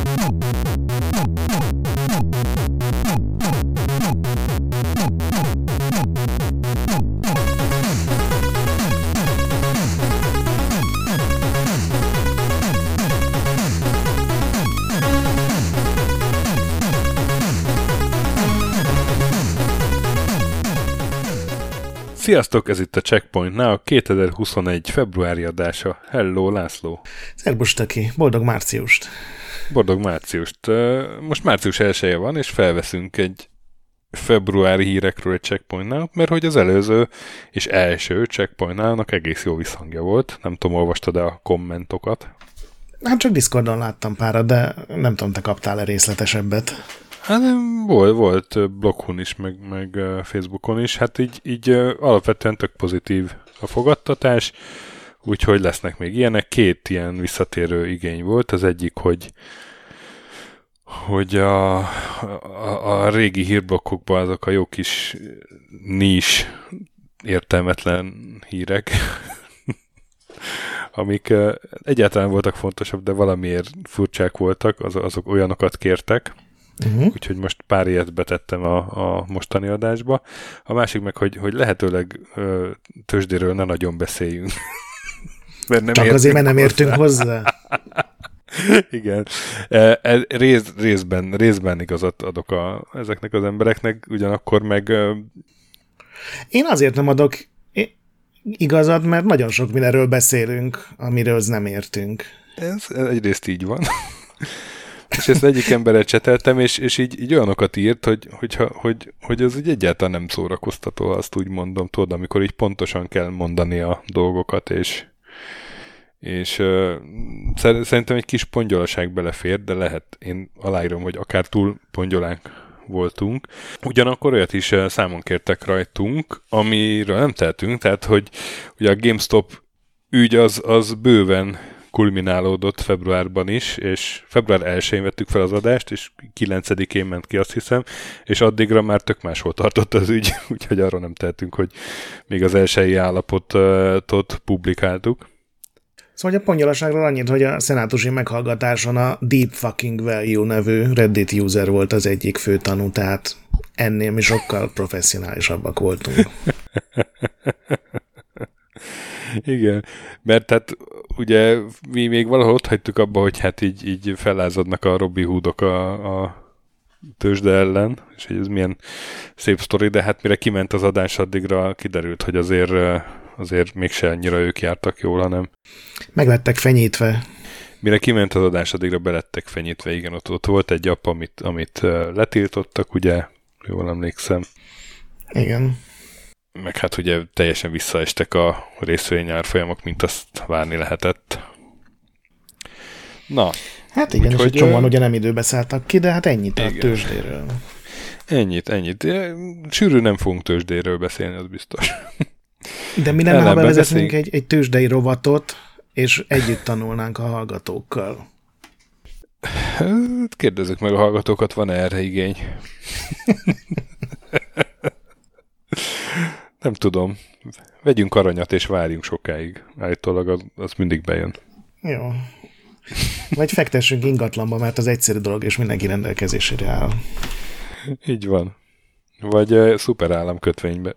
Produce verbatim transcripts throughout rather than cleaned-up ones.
Sziasztok, ez itt a Checkpointnál a kétezer-huszonegy februári adása. Hello, László! Szerbus, Töki! Boldog márciust! Boldog márciust! Most március elseje van, és felveszünk egy februári hírekről egy Checkpointnál, mert hogy az előző és első Checkpointnálnak egész jó visszhangja volt. Nem tudom, olvastad-e a kommentokat? Hát csak Discordon láttam párat, de nem tudom, te kaptál-e részletesebbet? Hát volt, volt blogon is, meg, meg Facebookon is. Hát így, így alapvetően tök pozitív a fogadtatás, úgyhogy lesznek még ilyenek. Két ilyen visszatérő igény volt. Az egyik, hogy hogy a, a, a régi hírblokkokban azok a jó kis nis értelmetlen hírek, amik egyáltalán voltak fontosabb, de valamiért furcsák voltak, az, azok olyanokat kértek. Uh-huh. Úgyhogy most pár ilyet betettem a, a mostani adásba. A másik meg, hogy, hogy lehetőleg ö, tőzsdéről ne nagyon beszéljünk. Mert nem Csak azért, mert nem értünk hozzá. Igen. E, e, rész, részben, részben igazat adok a, ezeknek az embereknek, ugyanakkor meg... Ö... Én azért nem adok igazat, mert nagyon sok mindenről beszélünk, amiről nem értünk. Ez egyrészt így van. És ezt egyik emberrel cseteltem, és, és így, így olyanokat írt, hogy, hogyha, hogy, hogy ez így egyáltalán nem szórakoztató, azt úgy mondom, tudod, amikor így pontosan kell mondani a dolgokat, és, és uh, szerintem egy kis pongyolaság belefér, de lehet, én aláírom, hogy akár túl pongyolánk voltunk. Ugyanakkor olyat is uh, számon kértek rajtunk, amiről nem tehetünk, tehát, hogy ugye a GameStop ügy az, az bőven kulminálódott februárban is, és február elsején vettük fel az adást, és kilencedikén ment ki, azt hiszem, és addigra már tök máshol tartott az ügy, úgyhogy arról nem tehetünk, hogy még az elsői állapotot publikáltuk. Szóval a pongyolaságról annyit, hogy a szenátusi meghallgatáson a Deep Fucking Value nevű Reddit user volt az egyik fő tanú, tehát ennél mi sokkal professzionálisabbak voltunk. Igen, mert tehát ugye mi még valahol ott hagytuk abba, hogy hát így, így fellázadnak a Robin Hoodok a, a tőzsde ellen, és hogy ez milyen szép sztori, de hát mire kiment az adás, addigra kiderült, hogy azért, azért mégse annyira ők jártak jól, hanem... Meg lettek fenyítve. Mire kiment az adás, addigra belettek fenyítve, igen, ott, ott volt egy app, amit, amit letiltottak, ugye, jól emlékszem. Igen. Meg hát ugye teljesen visszaestek a részvényárfolyamok, mint azt várni lehetett. Na. Hát igen, és egy csomóan ugye nem időbe szálltak ki, de hát ennyit a tőzsdéről. Ennyit, ennyit. Sűrű nem fogunk tőzsdéről beszélni, az biztos. De mi lenne, ha bevezetnénk egy, egy tőzsdei rovatot, és együtt tanulnánk a hallgatókkal? Kérdezzük meg a hallgatókat, van erre igény? Nem tudom. Vegyünk aranyat és várjunk sokáig. Állítólag az, az mindig bejön. Jó. Vagy fektessünk ingatlanba, mert az egyszerű dolog, és mindenki rendelkezésére áll. Így van. Vagy uh, szuperállam kötvénybe.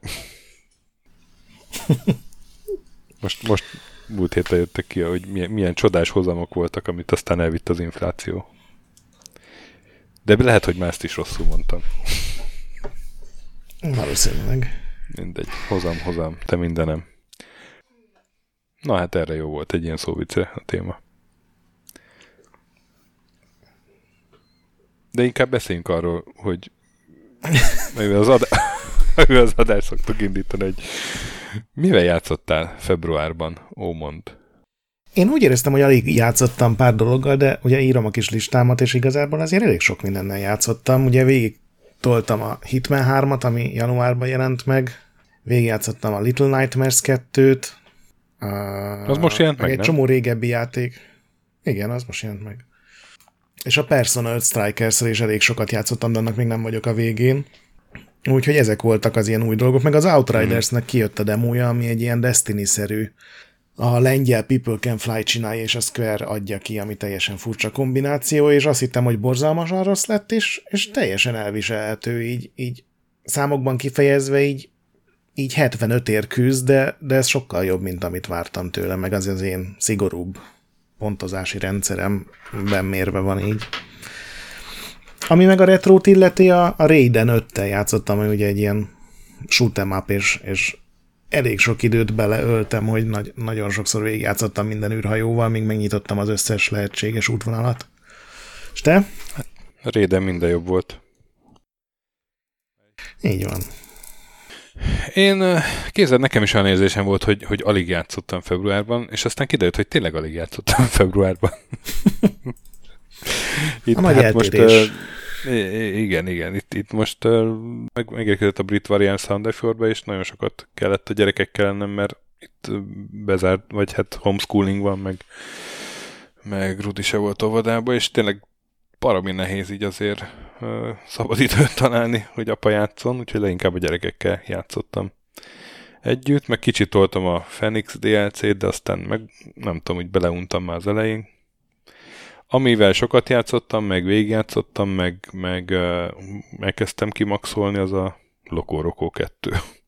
Most, most múlt héten jöttek ki, hogy milyen, milyen csodás hozamok voltak, amit aztán elvitt az infláció. De lehet, hogy mást is rosszul mondtam. Valószínűleg. Mindegy. Hozam, hozam. Te mindenem. Na hát erre jó volt egy ilyen szóvice a téma. De inkább beszéljünk arról, hogy mivel az, adá... az adást szoktuk indítani, hogy mivel játszottál februárban? Ó, mondd. Én úgy éreztem, hogy alig játszottam pár dologgal, de ugye írom a kis listámat, és igazából azért elég sok mindennel játszottam. Ugye végig toltam a Hitman hármat, ami januárban jelent meg. Végigjátszottam a Little Nightmares kettőt. Uh, az most jelent meg, egy nem? Csomó régebbi játék. Igen, az most jelent meg. És a Persona öt Strikers-re is elég sokat játszottam, de annak még nem vagyok a végén. Úgyhogy ezek voltak az ilyen új dolgok. Meg az Outridersnek kijött a demója, ami egy ilyen Destiny-szerű a lengyel People Can Fly csinálja, és a Square adja ki, ami teljesen furcsa kombináció, és azt hittem, hogy borzalmasan rossz lett, és, és teljesen elviselhető, így, így számokban kifejezve, így, így hetvenöt ér küzd, de, de ez sokkal jobb, mint amit vártam tőle, meg az az én szigorúbb pontozási rendszeremben mérve van így. Ami meg a retrót illeti, a, a Raiden öttel játszottam, ami ugye egy ilyen shoot'em up, és, és elég sok időt beleöltem, hogy nagy, nagyon sokszor végigjátszottam minden űrhajóval, míg megnyitottam az összes lehetséges útvonalat. És te? A Raiden minden jobb volt. Így van. Én, képzeld, nekem is olyan érzésem volt, hogy, hogy alig játszottam februárban, és aztán kiderült, hogy tényleg alig játszottam februárban. Itt, a nagy hát most, eltérés. uh, igen, igen. Itt, itt most uh, meg, megérkezett a brit variant Sound Effort-ba, és nagyon sokat kellett a gyerekekkel lennem, mert itt uh, bezárt, vagy hát homeschooling van, meg, meg Rudi se volt óvodában, és tényleg baromi nehéz így azért uh, szabad időt találni, hogy apa játszon, úgyhogy leginkább a gyerekekkel játszottam együtt, meg kicsit toltam a Phoenix dé el cét, de aztán meg nem tudom, hogy beleuntam már az elején. Amivel sokat játszottam, meg végigjátszottam, meg, meg uh, megkezdtem kimaxolni, az a Loco Roco kettő.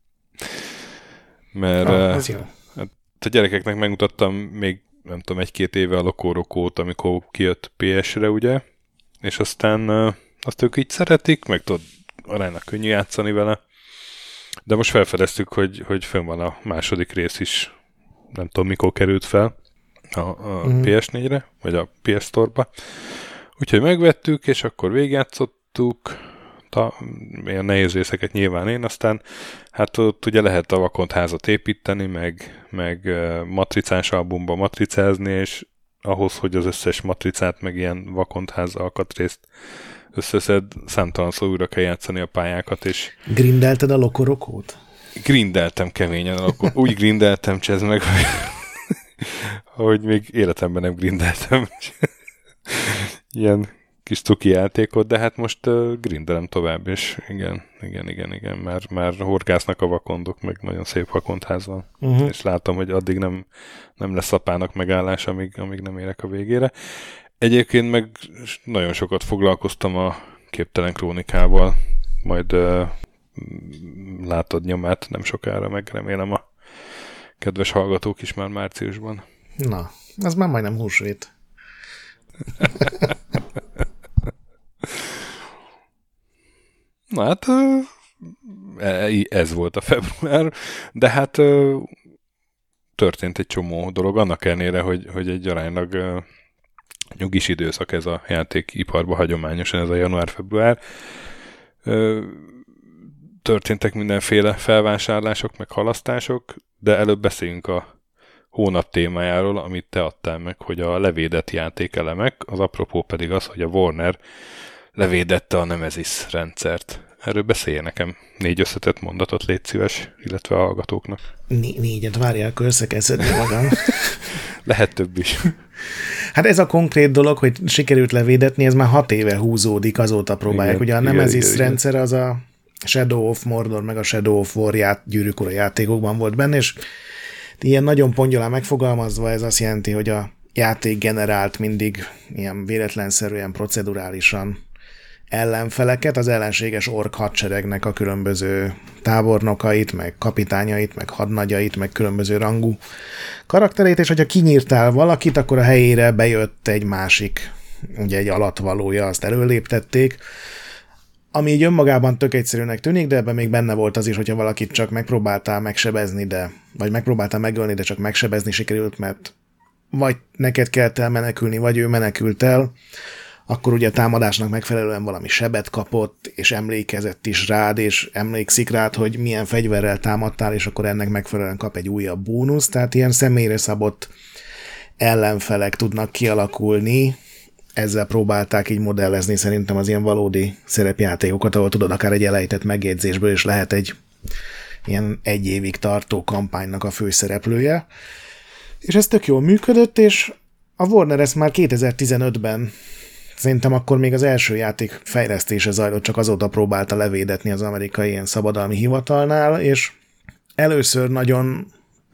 Mert ah, uh, hát a gyerekeknek megmutattam még, nem tudom, egy-két éve a Loco Rocót, amikor kijött pé esre, ugye? És aztán uh, azt ők így szeretik, meg tudod, aránylag könnyű játszani vele. De most felfedeztük, hogy, hogy fönn van a második rész is, nem tudom, mikor került fel a, a mm. pé es négyre, vagy a pé es Store-ba. Úgyhogy megvettük, és akkor végigjátszottuk, ta, ilyen nehéz részeket nyilván én, aztán hát ott ugye lehet a vakont házat építeni, meg, meg matricás albumba matricázni, és ahhoz, hogy az összes matricát, meg ilyen vakontház alkatrészt összeszed, számtalan szó újra kell játszani a pályákat, és... Grindelted a Loco Rocót? Grindeltem keményen a Loco. Úgy grindeltem, csezd meg, hogy, hogy még életemben nem grindeltem. Ilyen kis cuki játékot, de hát most uh, grindelem tovább, és igen, igen, igen, igen, már, már horgásznak a vakondok, meg nagyon szép vakondház van. Uh-huh. És látom, hogy addig nem, nem lesz apának megállás, amíg, amíg nem érek a végére. Egyébként meg nagyon sokat foglalkoztam a Képtelen Krónikával, majd uh, látod nyomát nem sokára, meg remélem a kedves hallgatók is már márciusban. Na, ez már majdnem húsvét. Na hát ez volt a február, de hát történt egy csomó dolog, annak ellenére, hogy, hogy egy aránylag nyugis időszak ez a játékiparban hagyományosan, ez a január-február. Történtek mindenféle felvásárlások, meg halasztások, de előbb beszéljünk a hónap témájáról, amit te adtál meg, hogy a levédett játékelemek, az apropó pedig az, hogy a Warner levédette a Nemesis rendszert. Erről beszélje nekem négy összetett mondatot, légy szíves, illetve a hallgatóknak. Né- négyet várjál, akkor össze kell szedni magam. Lehet több is. Hát ez a konkrét dolog, hogy sikerült levédetni, ez már hat éve húzódik, azóta próbálják. Igen, ugye a Nemesis igen, igen, rendszer az a Shadow of Mordor, meg a Shadow of War ját, Gyűrűk Ura játékokban volt benne, és ilyen nagyon pongyolán megfogalmazva ez azt jelenti, hogy a játék generált mindig ilyen véletlenszerűen, procedurálisan ellenfeleket, az ellenséges ork hadseregnek a különböző tábornokait, meg kapitányait, meg hadnagyait, meg különböző rangú karakterét, és hogyha kinyírtál valakit, akkor a helyére bejött egy másik, ugye egy alatvalója, azt előléptették, ami így önmagában tök egyszerűnek tűnik, de ebben még benne volt az is, hogyha valakit csak megpróbáltál megsebezni, de, vagy megpróbáltál megölni, de csak megsebezni sikerült, mert vagy neked kellett el menekülni, vagy ő menekült el, akkor ugye a támadásnak megfelelően valami sebet kapott, és emlékezett is rád, és emlékszik rád, hogy milyen fegyverrel támadtál, és akkor ennek megfelelően kap egy újabb bónusz, tehát ilyen személyre szabott ellenfelek tudnak kialakulni, ezzel próbálták így modellezni szerintem az ilyen valódi szerepjátékokat, ahol tudod, akár egy elejtett megjegyzésből is lehet egy ilyen egy évig tartó kampánynak a főszereplője. És ez tök jól működött, és a Warner ezt már kétezer-tizenötben, szerintem akkor még az első játék fejlesztése zajlott, csak azóta próbálta levédetni az amerikai ilyen szabadalmi hivatalnál, és először nagyon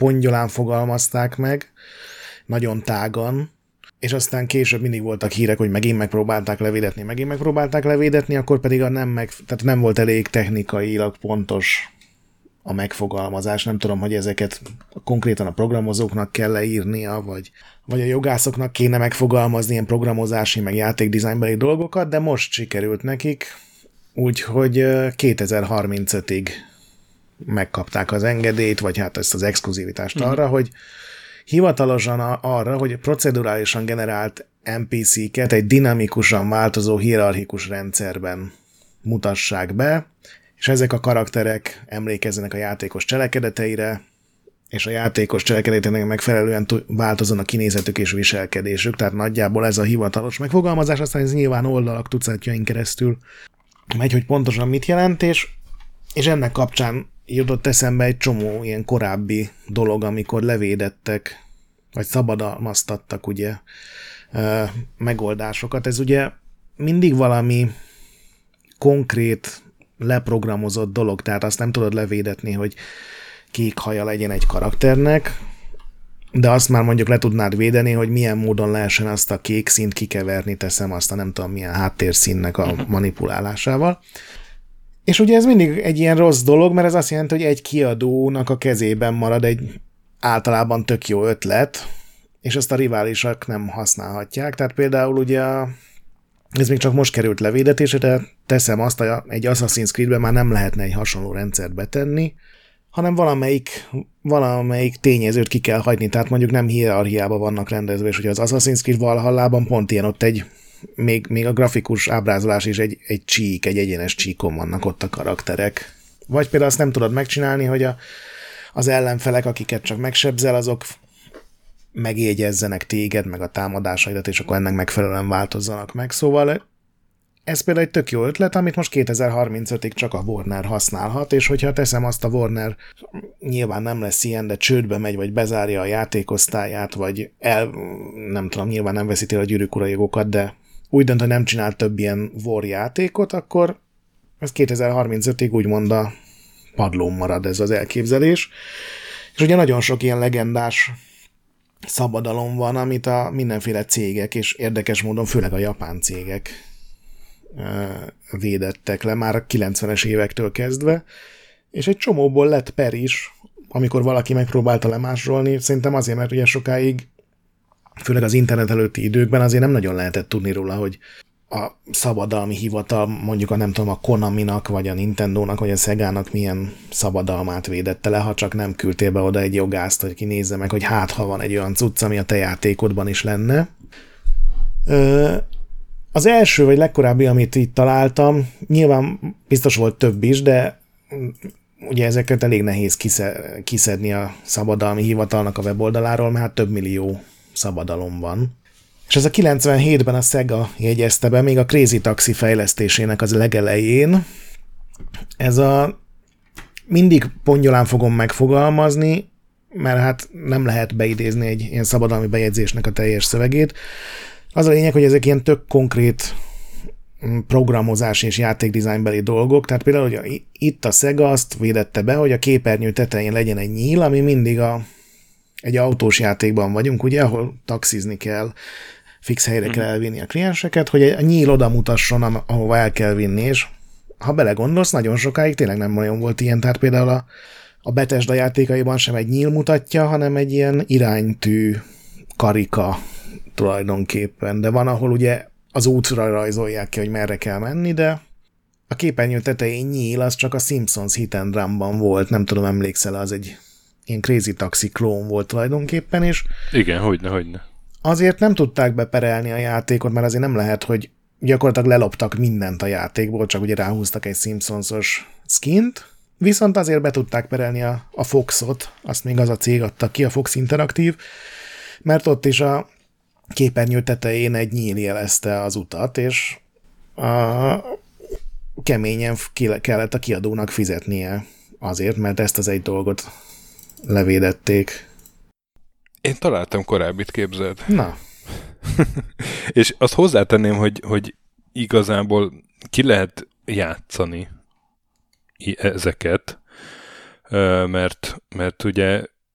pongyolán fogalmazták meg, nagyon tágan, és aztán később mindig voltak hírek, hogy megint megpróbálták levédetni, megint megpróbálták levédetni, akkor pedig a nem, meg, tehát nem volt elég technikailag pontos a megfogalmazás. Nem tudom, hogy ezeket konkrétan a programozóknak kell leírnia, vagy, vagy a jogászoknak kéne megfogalmazni ilyen programozási, meg játékdizájnbeli dolgokat, de most sikerült nekik, úgyhogy kétezer-harmincötig megkapták az engedélyt, vagy hát ezt az exkluzivitást mm. arra, hogy hivatalosan arra, hogy procedurálisan generált en pé cé-ket egy dinamikusan változó hierarchikus rendszerben mutassák be, és ezek a karakterek emlékezzenek a játékos cselekedeteire, és a játékos cselekedeteinek megfelelően változzon a kinézetük és viselkedésük, tehát nagyjából ez a hivatalos megfogalmazás, aztán ez nyilván oldalak tucatjain keresztül megy, hogy pontosan mit jelent, és, és ennek kapcsán jutott eszembe egy csomó ilyen korábbi dolog, amikor levédettek, vagy szabadalmaztattak ugye megoldásokat. Ez ugye mindig valami konkrét, leprogramozott dolog, tehát azt nem tudod levédetni, hogy kék haja legyen egy karakternek, de azt már mondjuk le tudnád védeni, hogy milyen módon lehessen azt a kék színt kikeverni, teszem azt a nem tudom milyen háttérszínnek a manipulálásával. És ugye ez mindig egy ilyen rossz dolog, mert ez azt jelenti, hogy egy kiadónak a kezében marad egy általában tök jó ötlet, és azt a riválisok nem használhatják. Tehát például ugye ez még csak most került levédetésre, de teszem azt, hogy egy Assassin's Creed-ben már nem lehetne egy hasonló rendszert betenni, hanem valamelyik, valamelyik tényezőt ki kell hagyni, tehát mondjuk nem hierarchiában vannak rendezve, és ugye az Assassin's Creed Valhallában pont ilyen ott egy, még, még a grafikus ábrázolás is egy, egy csík, egy egyenes csíkon vannak ott a karakterek. Vagy például azt nem tudod megcsinálni, hogy a, az ellenfelek, akiket csak megsebzel, azok megjegyezzenek téged, meg a támadásaidat, és akkor ennek megfelelően változzanak meg. Szóval ez például egy tök jó ötlet, amit most kétezer-harmincötig csak a Warner használhat, és hogyha teszem azt, a Warner nyilván nem lesz ilyen, de csődbe megy, vagy bezárja a játékosztályát, vagy el, nem tudom, nyilván nem veszíti a Gyűrűk ura jogokat, de úgy dönt, hogy nem csinál több ilyen War játékot, akkor ez kétezer-harmincötig úgymond a padlón marad ez az elképzelés. És ugye nagyon sok ilyen legendás szabadalom van, amit a mindenféle cégek, és érdekes módon főleg a japán cégek védettek le, már a kilencvenes évektől kezdve, és egy csomóból lett per is, amikor valaki megpróbálta lemásolni, szerintem azért, mert ugye sokáig, főleg az internet előtti időkben azért nem nagyon lehetett tudni róla, hogy a szabadalmi hivatal, mondjuk a nem tudom, a Konaminak, vagy a Nintendónak, vagy a Segának milyen szabadalmát védette le, ha csak nem küldtél be oda egy jogászt, hogy kinézze meg, hogy hát, ha van egy olyan cucc, ami a te játékodban is lenne. Ö, Az első, vagy legkorábbi, amit itt találtam, nyilván biztos volt több is, de ugye ezeket elég nehéz kiszedni a szabadalmi hivatalnak a weboldaláról, mert hát több millió szabadalom van. És ez a kilencvenhétben a Sega jegyezte be, még a Crazy Taxi fejlesztésének az legelején. Ez a mindig pongyolán fogom megfogalmazni, mert hát nem lehet beidézni egy ilyen szabadalmi bejegyzésnek a teljes szövegét. Az a lényeg, hogy ezek ilyen tök konkrét programozás és játékdizájnbeli dolgok, tehát például, hogy itt a Sega azt védette be, hogy a képernyő tetején legyen egy nyíl, ami mindig a, egy autós játékban vagyunk, ugye, ahol taxizni kell, fix helyre kell elvinni a klienseket, hogy a nyíl oda mutasson, ahova el kell vinni, és ha belegondolsz, nagyon sokáig tényleg nem nagyon volt ilyen, tehát például a, a Bethesda játékaiban sem egy nyíl mutatja, hanem egy ilyen iránytű karika tulajdonképpen, de van, ahol ugye az útra rajzolják ki, hogy merre kell menni, de a képernyő tetején nyíl, az csak a Simpsons Hit and Run-ban volt, nem tudom, emlékszel, az egy ilyen Crazy Taxi klón volt tulajdonképpen, és igen, hogyne, hogyne. Azért nem tudták beperelni a játékot, mert azért nem lehet, hogy gyakorlatilag leloptak mindent a játékból, csak ugye ráhúztak egy Simpsonsos skint, viszont azért be tudták perelni a, a Foxot, azt még az a cég adta ki, a Fox Interactive, mert ott is a képernyő tetején egy nyíl jelezte az utat, és a keményen kellett a kiadónak fizetnie azért, mert ezt az egy dolgot levédették. Én találtam korábbit, képzeld. Na. És azt hozzátenném, hogy, hogy igazából ki lehet játszani ezeket, mert, mert ugye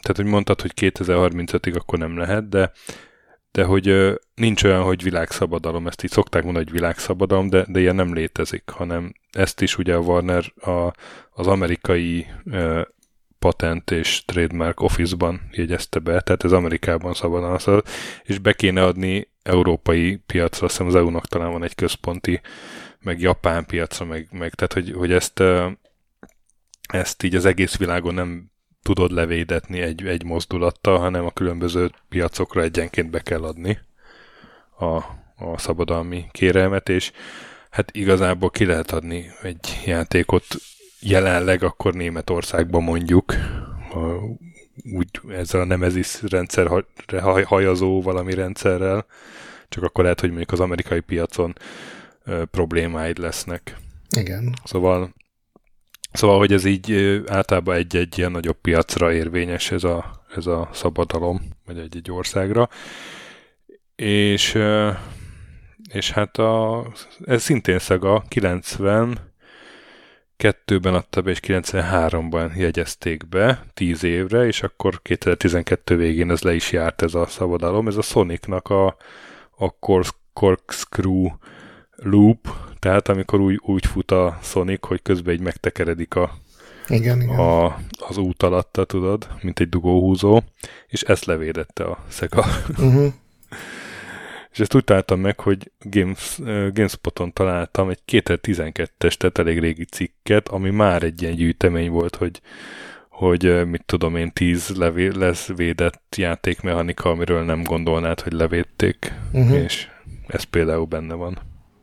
tehát hogy mondtad, hogy kétezer-harmincötig akkor nem lehet, de, de hogy ö, nincs olyan, hogy világszabadalom, ezt így szokták mondani, hogy világszabadalom, de, de ilyen nem létezik, hanem ezt is ugye a Warner a, az amerikai ö, Patent és Trademark Office-ban jegyezte be, tehát ez Amerikában szabadalom, és be kéne adni európai piacra, azt hiszem az é u-nak talán van egy központi, meg japán piacra, meg, meg tehát hogy, hogy ezt, ezt így az egész világon nem tudod levédetni egy, egy mozdulattal, hanem a különböző piacokra egyenként be kell adni a, a szabadalmi kérelmet, és hát igazából ki lehet adni egy játékot jelenleg akkor Németországban mondjuk, úgy ezzel a Nemesis rendszer hajazó valami rendszerrel, csak akkor lehet, hogy mondjuk az amerikai piacon ö, problémáid lesznek. Igen. Szóval, szóval, hogy ez így ö, általában egy-egy ilyen nagyobb piacra érvényes ez a, ez a szabadalom, vagy egy-egy országra. És, ö, és hát a, ez szintén Sega kilencvenkettőben adta be, és kilencvenháromban jegyezték be tíz évre, és akkor kétezer-tizenkettő végén ez le is járt ez a szabadalom. Ez a Sonicnak a, a Corkscrew Loop, tehát amikor úgy, úgy fut a Sonic, hogy közben így megtekeredik a, igen, igen. a, az út alatta, tudod, mint egy dugóhúzó, és ezt levédette a Sega. Uh-huh. És ezt úgy találtam meg, hogy Games, uh, GameSpoton találtam egy kétezer-tizenkettes, tehát elég régi cikket, ami már egy ilyen gyűjtemény volt, hogy, hogy uh, mit tudom én, tíz levé, lesz védett játékmechanika, amiről nem gondolnád, hogy levédték, uh-huh. és ez például benne van.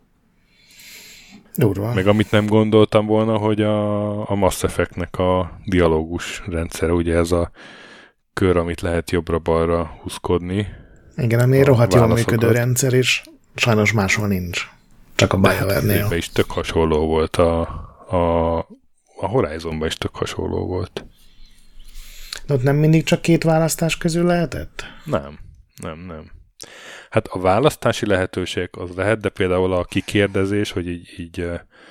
Durva. Meg amit nem gondoltam volna, hogy a, a Mass Effect-nek a dialógus rendszere, ugye ez a kör, amit lehet jobbra-balra húzkodni. Igen, ami rohadt jól működő rendszer, és sajnos máshol nincs. Csak a BioWare-nél. Hát, is tök hasonló volt. A, a, a Horizonban is tök hasonló volt. De ott nem mindig csak két választás közül lehetett? Nem, nem, nem. Hát a választási lehetőség az lehet, de például a kikérdezés, hogy így, így,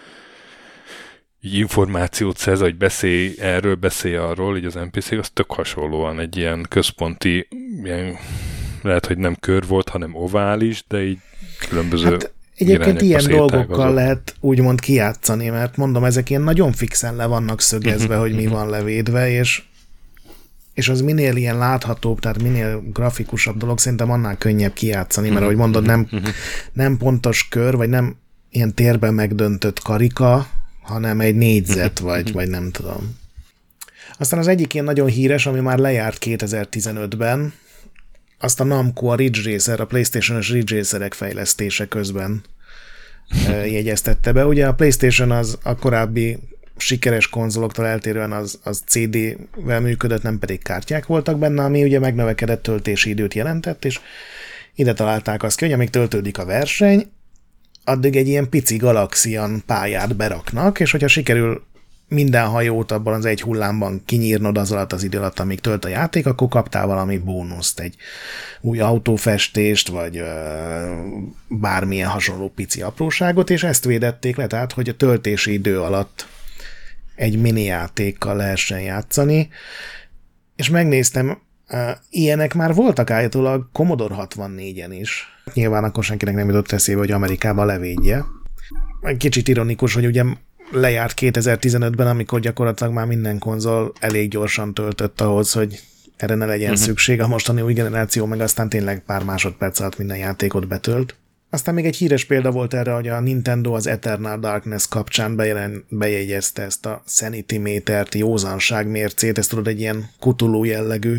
így információt szerz, hogy beszélj erről, beszélj arról, így az en pé cé, az tök hasonlóan egy ilyen központi, ilyen, lehet, hogy nem kör volt, hanem ovális, de így különböző hát egyébként ilyen dolgokkal lehet úgymond kijátszani, mert mondom, ezek ilyen nagyon fixen le vannak szögezve, hogy mi van levédve, és és az minél ilyen láthatóbb, tehát minél grafikusabb dolog, szerintem annál könnyebb kijátszani, mert ahogy mondod, nem, nem pontos kör, vagy nem ilyen térben megdöntött karika, hanem egy négyzet, vagy, vagy nem tudom. Aztán az egyik ilyen nagyon híres, ami már lejárt kétezer-tizenötben, azt a Namco, a Ridge Racer, a PlayStation-os Ridge Racerek fejlesztése közben jegyeztette be. Ugye a PlayStation az a korábbi sikeres konzoloktól eltérően az, az cé dé-vel működött, nem pedig kártyák voltak benne, ami ugye megnövekedett töltési időt jelentett, és ide találták azt ki, hogy amíg töltődik a verseny, addig egy ilyen pici galaxian pályát beraknak, és hogyha sikerül minden hajót abban az egy hullámban kinyírnod az alatt az idő alatt, amíg tölt a játék, akkor kaptál valami bónuszt, egy új autófestést, vagy ö, bármilyen hasonló pici apróságot, és ezt védették le, tehát, hogy a töltési idő alatt egy mini játékkal lehessen játszani, és megnéztem, uh, ilyenek már voltak állítólag Commodore hatvannégyen is. Nyilván akkor senkinek nem jutott eszébe, hogy Amerikában levédje. Kicsit ironikus, hogy ugye lejárt kétezer-tizenötben, amikor gyakorlatilag már minden konzol elég gyorsan töltött ahhoz, hogy erre ne legyen uh-huh. szükség. A mostani új generáció meg aztán tényleg pár másodperc alatt minden játékot betölt. Aztán még egy híres példa volt erre, hogy a Nintendo az Eternal Darkness kapcsán bejelen, bejegyezte ezt a Sanity Metert, józanságmércét, ezt tudod, egy ilyen Cthulhu jellegű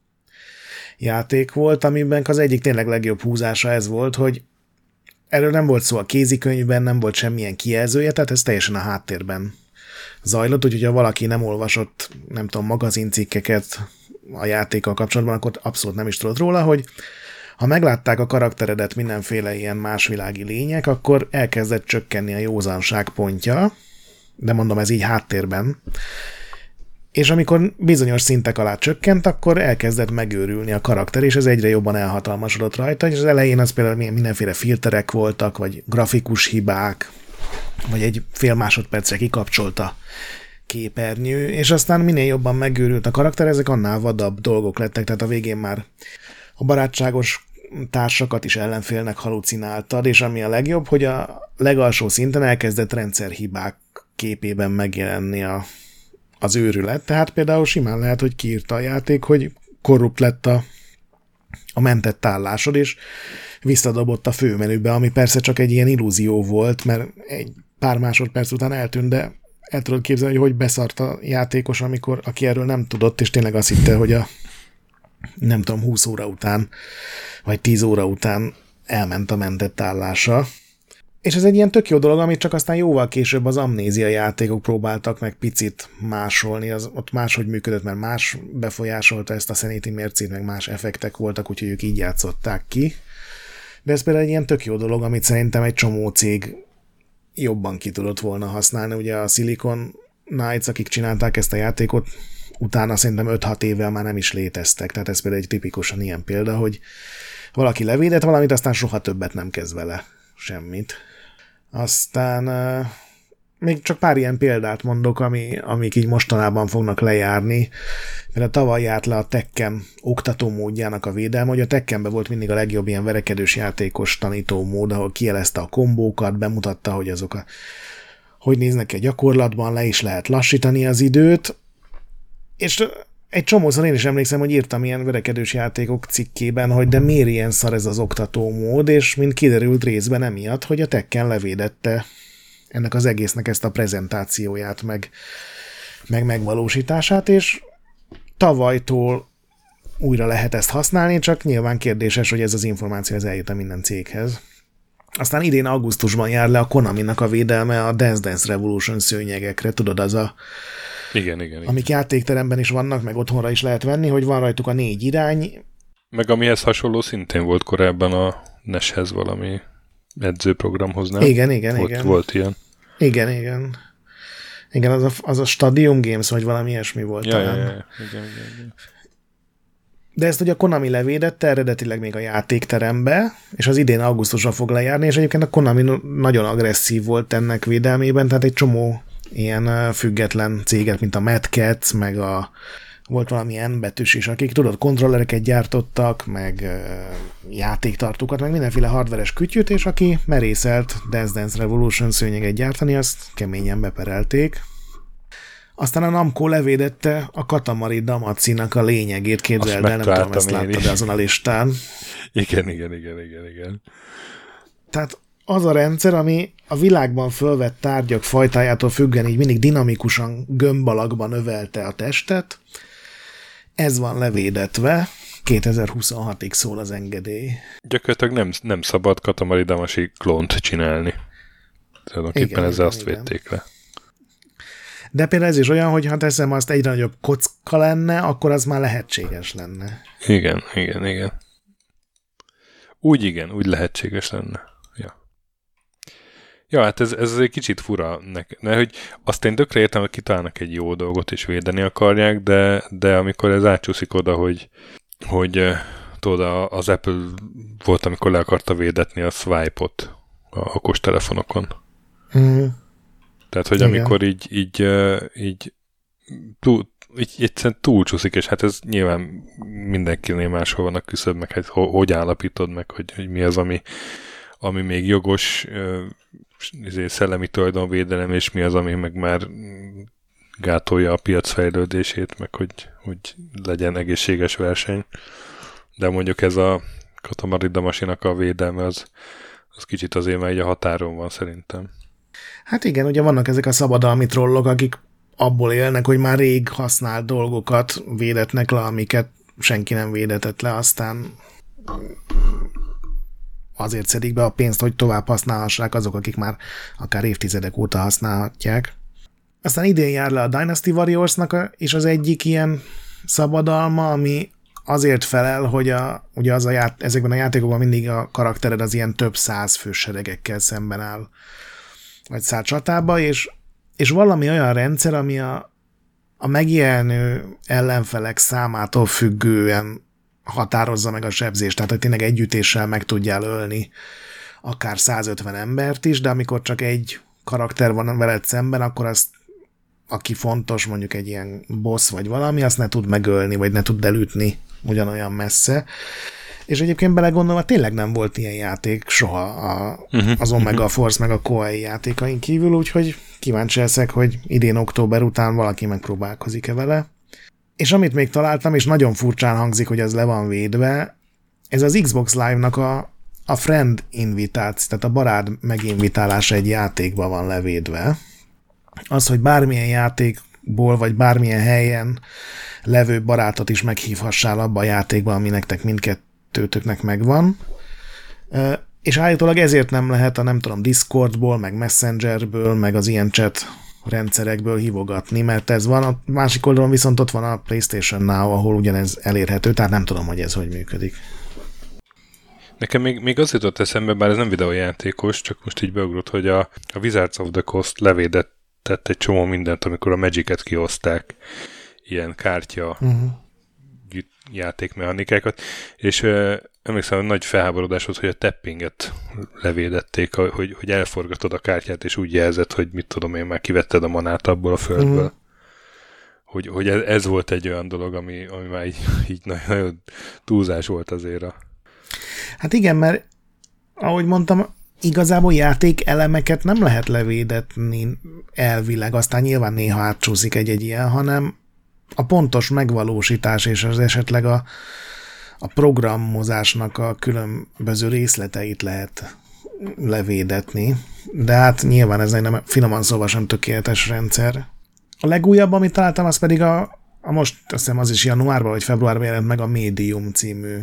játék volt, amiben az egyik tényleg legjobb húzása ez volt, hogy erről nem volt szó a kézikönyvben, nem volt semmilyen kijelzője, tehát ez teljesen a háttérben zajlott, úgyhogy ha valaki nem olvasott, nem tudom, magazincikkeket a játékkal kapcsolatban, akkor abszolút nem is tudott róla, hogy ha meglátták a karakteredet mindenféle ilyen másvilági lények, akkor elkezdett csökkenni a józanság pontja, de mondom, ez így háttérben. És amikor bizonyos szintek alá csökkent, akkor elkezdett megőrülni a karakter, és ez egyre jobban elhatalmasodott rajta, és az elején az például mindenféle filterek voltak, vagy grafikus hibák, vagy egy fél másodpercre kikapcsolta képernyő, és aztán minél jobban megőrült a karakter, ezek annál vadabb dolgok lettek, tehát a végén már a barátságos társakat is ellenfélnek halucináltad, és ami a legjobb, hogy a legalsó szinten elkezdett rendszerhibák képében megjelenni a, az őrület. Tehát például simán lehet, hogy kiírta a játék, hogy korrupt lett a, a mentett állásod, és visszadobott a főmenübe, ami persze csak egy ilyen illúzió volt, mert egy pár másodperc után eltűnt, de el tudod képzelni, hogy hogy beszart a játékos, amikor, aki erről nem tudott, és tényleg azt hitte, hogy a nem tudom, húsz óra után, vagy tíz óra után elment a mentett állása. És ez egy ilyen tök jó dolog, amit csak aztán jóval később az amnézia játékok próbáltak meg picit másolni, az ott máshogy működött, mert más befolyásolta ezt a Sanity mércét, meg más effektek voltak, úgyhogy ők így játszották ki. De ez például egy ilyen tök jó dolog, amit szerintem egy csomó cég jobban ki tudott volna használni. Ugye a Silicon Knights, akik csinálták ezt a játékot, utána szerintem öt-hat évvel már nem is léteztek. Tehát ez például egy tipikusan ilyen példa, hogy valaki levédett valamit, aztán soha többet nem kezd vele semmit. Aztán uh, még csak pár ilyen példát mondok, ami, amik így mostanában fognak lejárni. Például tavaly járt le a Tekken oktató módjának a védelme, hogy a Tekkenben volt mindig a legjobb ilyen verekedős játékos tanító mód, ahol kielezte a kombókat, bemutatta, hogy azok a, hogy néznek ki a gyakorlatban, le is lehet lassítani az időt, és egy csomószor én is emlékszem, hogy írtam ilyen verekedős játékok cikkében, hogy de miért ilyen szar ez az oktató mód, és mint kiderült részben emiatt, hogy a Tekken levédette ennek az egésznek ezt a prezentációját, meg, meg megvalósítását, és tavalytól újra lehet ezt használni, csak nyilván kérdéses, hogy ez az információ ez eljut a minden céghez. Aztán idén augusztusban jár le a Konaminak a védelme a Dance Dance Revolution szőnyegekre, tudod, az a Igen, igen, igen. amik játékteremben is vannak, meg otthonra is lehet venni, hogy van rajtuk a négy irány. Meg amihez hasonló szintén volt korábban a en e es-hez valami edzőprogramhoz, nem? Igen, igen, volt, igen. Volt ilyen. Igen, igen. Igen, az a, az a Stadium Games, vagy valami ilyesmi volt Ja, talán. ja, ja. Igen, igen, igen. De ezt ugye a Konami levédette eredetileg még a játékterembe, és az idén augusztusra fog lejárni, és egyébként a Konami nagyon agresszív volt ennek védelmében, tehát egy csomó ilyen független céget, mint a Mad Cats, meg a volt valami N betűs is, akik tudod, kontrollereket gyártottak, meg uh, játéktartókat, meg mindenféle hardveres kütyüt, és aki merészelt Dance Dance Revolution szőnyeget gyártani, azt keményen beperelték. Aztán a Namco levédette a Katamari Damacy-nak a lényegét, képzeld el, nem tudom, ezt láttad azon a listán. Igen, igen, igen, igen, igen. Tehát az a rendszer, ami a világban fölvett tárgyak fajtájától függően így mindig dinamikusan gömb alakban növelte a testet, ez van levédetve, kétezer-huszonhatig szól az engedély. Gyakorlatilag nem, nem szabad Katamari Damacy klónt csinálni. Tulajdonképpen ezzel azt igen. Védték le. De például ez is olyan, hogy ha teszem azt egyre nagyobb kocka lenne, akkor az már lehetséges lenne. Igen, igen, igen. Úgy igen, úgy lehetséges lenne. Ja, ja hát ez, ez egy kicsit fura nekem, mert hogy azt én tökre értem, hogy kitalálnak egy jó dolgot és védeni akarják, de, de amikor ez átcsúszik oda, hogy, hogy tudod, az Apple volt, amikor le akarta védetni a swipe-ot a okostelefonokon. Mm. Tehát, hogy igen. Amikor így, így, így, túl, így egyszerűen túlcsúszik, és hát ez nyilván mindenkinél máshol van a küszöb, meg hát hogy állapítod meg, hogy, hogy mi az, ami, ami még jogos szellemi tulajdonvédelem, és mi az, ami meg már gátolja a piac fejlődését, meg hogy, hogy legyen egészséges verseny. De mondjuk ez a Katamari Damacy-nak a védelme, az, az kicsit azért már így a határon van szerintem. Hát igen, ugye vannak ezek a szabadalmi trollok, akik abból élnek, hogy már rég használt dolgokat védetnek le, amiket senki nem védetett le, aztán azért szedik be a pénzt, hogy tovább használhassák azok, akik már akár évtizedek óta használhatják. Aztán idén jár le a Dynasty Warriors-nak is az egyik ilyen szabadalma, ami azért felel, hogy a, ugye az a ját, ezekben a játékokban mindig a karaktered az ilyen több száz fős seregekkel szemben áll, vagy száll csatába, és, és valami olyan rendszer, ami a, a megjelenő ellenfelek számától függően határozza meg a sebzést, tehát hogy tényleg együttéssel meg tudjál ölni akár százötven embert is, de amikor csak egy karakter van veled szemben, akkor azt aki fontos, mondjuk egy ilyen boss vagy valami, azt ne tud megölni, vagy ne tud elütni ugyanolyan messze. És egyébként belegondolva tényleg nem volt ilyen játék soha a, az Omega Force meg a Koei játékain kívül, úgyhogy kíváncsi leszek, hogy idén október után valaki megpróbálkozik-e vele. És amit még találtam, és nagyon furcsán hangzik, hogy ez le van védve, ez az Xbox Live-nak a, a friend invitáció, tehát a barát meginvitálása egy játékba van levédve. Az, hogy bármilyen játékból, vagy bármilyen helyen levő barátot is meghívhassál abba a játékba, ami nektek mindkettőtöknek megvan. És állítólag ezért nem lehet a nem tudom Discordból, meg Messengerből, meg az ilyen chat rendszerekből hívogatni, mert ez van, a másik oldalon viszont ott van a PlayStation Now, ahol ugyanez elérhető, tehát nem tudom, hogy ez hogy működik. Nekem még, még az jutott eszembe, bár ez nem videójátékos, csak most így beugrott, hogy a, a Wizards of the Coast levédett tett egy csomó mindent, amikor a Magic-et kihozták, ilyen kártya uh-huh. játékmechanikákat, és uh, emlékszem, hogy nagy felháborodás volt, hogy a tappinget levédették, hogy, hogy elforgatod a kártyát, és úgy jelzett, hogy mit tudom én, már kivetted a manát abból a földből. Uh-huh. Hogy, hogy ez, ez volt egy olyan dolog, ami, ami már így, így nagyon túlzás volt azért. A... Hát igen, mert ahogy mondtam, igazából játék elemeket nem lehet levédetni elvileg, aztán nyilván néha átcsúszik egy-egy ilyen, hanem a pontos megvalósítás és az esetleg a, a programozásnak a különböző részleteit lehet levédetni, de hát nyilván ez nem finoman szóval sem tökéletes rendszer. A legújabb, amit találtam, az pedig a, a most azt hiszem az is januárban vagy februárban jelent meg a Medium című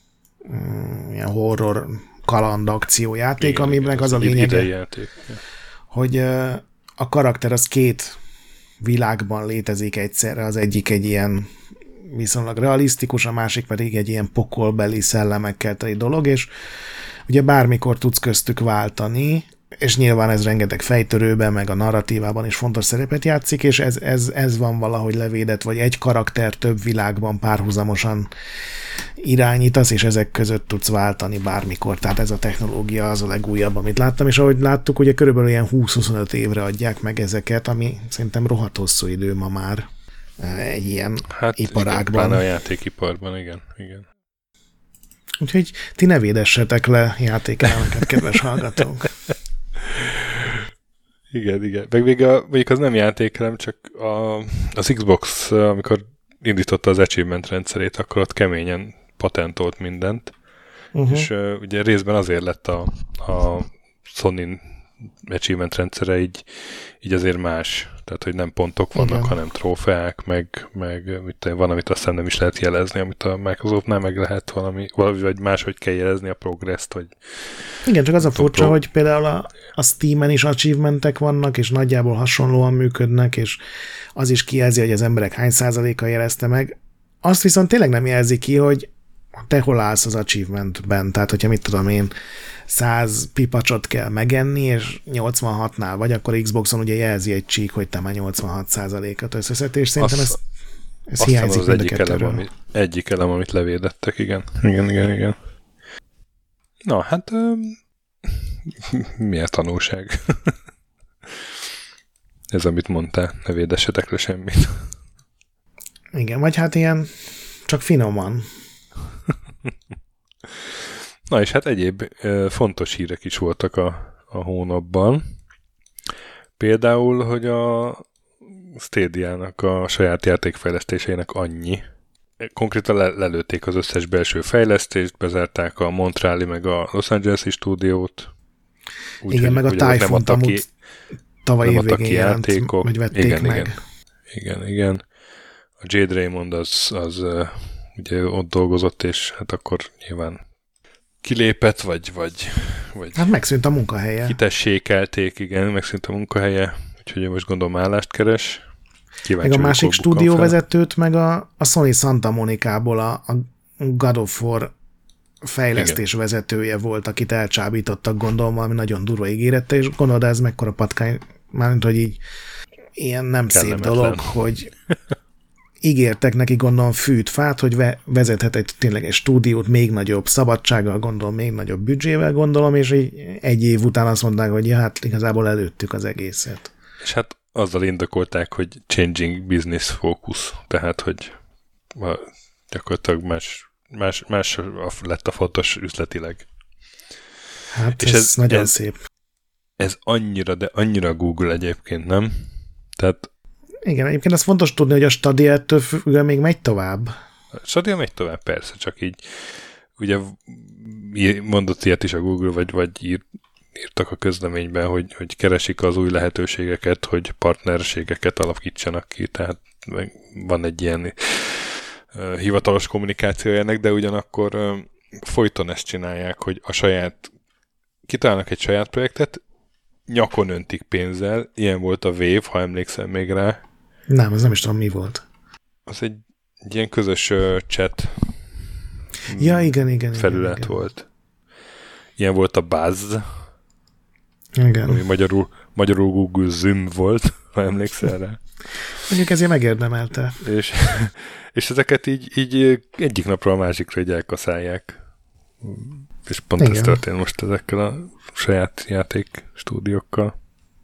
mm, ilyen horror kalandakciójáték, amiben az a lényege, hogy a karakter az két világban létezik egyszerre, az egyik egy ilyen viszonylag realisztikus, a másik pedig egy ilyen pokolbeli szellemekkel teli dolog, és ugye bármikor tudsz köztük váltani, és nyilván ez rengeteg fejtörőben, meg a narratívában is fontos szerepet játszik, és ez, ez, ez van valahogy levédett, vagy egy karakter több világban párhuzamosan irányítasz, és ezek között tudsz váltani bármikor. Tehát ez a technológia az a legújabb, amit láttam, és ahogy láttuk, ugye körülbelül ilyen húsz-huszonöt évre adják meg ezeket, ami szerintem rohadt hosszú idő ma már egy ilyen hát iparágban. Hát a játékiparban, igen, igen. Úgyhogy ti ne védessetek le játékelemeket, kedves hallgatók. Igen, igen. Meg még a, mondjuk az nem játékelem, csak a, az Xbox, amikor indította az achievement rendszerét, akkor ott keményen patentolt mindent. Uh-huh. És uh, ugye részben azért lett a, a Sony achievement rendszere így, így azért más. Tehát, hogy nem pontok vannak, igen, hanem trófeák, meg, meg mit, van, amit aztán nem is lehet jelezni, amit a Microsoftnál meg lehet valami, vagy máshogy kell jelezni a progresszt, vagy... Igen, csak az a furcsa, pro... hogy például a, a Steam-en is achievementek vannak, és nagyjából hasonlóan működnek, és az is kijelzi, hogy az emberek hány százaléka jelezte meg. Azt viszont tényleg nem jelzi ki, hogy te hol állsz az achievementben, tehát hogyha mit tudom én, száz pipacsot kell megenni, és nyolcvanhatnál vagy, akkor Xboxon ugye jelzi egy csík, hogy te már nyolcvanhat százalékot összeszedsz, és szerintem ez, ez hiányzik az egyik elem, ami, egyik elem, amit levédettek, igen. Igen, igen, igen. Na, hát um, milyen tanulság? Ez, amit mondtál, ne védessetek le semmit. Igen, vagy hát ilyen csak finoman. Na és hát egyéb fontos hírek is voltak a, a hónapban. Például, hogy a Stadia-nak a saját játékfejlesztéseinek annyi. Konkrétan le- lelőtték az összes belső fejlesztést, bezárták a Montreali meg a Los Angeles-i stúdiót. Úgy, igen, hogy, meg a Typhoon-t amúgy tavaly évvégén jelent, vagy vették igen, meg. Igen, igen, igen. A Jade Raymond az, az ugye ott dolgozott, és hát akkor nyilván kilépett, vagy, vagy, vagy hát megszűnt a munkahelye. Kitessékelték, igen, megszűnt a munkahelye, úgyhogy most gondolom állást keres. Kíváncsi, meg a másik stúdióvezetőt, meg a, a Sony Santa Monica-ból a, a God of War fejlesztés igen. vezetője volt, akit elcsábítottak, gondolom, valami nagyon durva ígérette, és gondolod, ez mekkora patkány, mármint, hogy így ilyen nem kellemetlen. Szép dolog, hogy ígértek neki, gondolom, fűt, fát, hogy ve- vezethet egy tényleg egy stúdiót még nagyobb szabadsággal, gondolom, még nagyobb büdzsével, gondolom, és így egy év után azt mondták, hogy ja, hát igazából előttük az egészet. És hát azzal indokolták, hogy changing business focus, tehát, hogy gyakorlatilag más, más, más lett a fontos üzletileg. Hát és ez, ez nagyon ez, szép. Ez annyira, de annyira Google egyébként, nem? Tehát... Igen, egyébként az fontos tudni, hogy a Stadia ettől függően még megy tovább. A Stadia megy tovább, persze, csak így ugye mondott ilyet is a Google, vagy, vagy ír, írtak a közleményben, hogy, hogy keresik az új lehetőségeket, hogy partnerségeket alakítsanak ki, tehát van egy ilyen uh, hivatalos kommunikáció ennek, de ugyanakkor uh, folyton ezt csinálják, hogy a saját kitalálnak egy saját projektet, nyakon öntik pénzzel, ilyen volt a Wave, ha emlékszel még rá. Nem, ez nem is tudom, mi volt. Az egy, egy ilyen közös uh, chat ja, igen, igen, felület igen, igen. volt. Ilyen volt a Buzz, igen. Ami magyarul, magyarul Google Zoom volt, ha emlékszel rá. Mondjuk ezért megérdemelte. És, és ezeket így, így egyik napról a másikra így elkaszálják. És pont igen. Ez történt most ezekkel a saját játék stúdiókkal.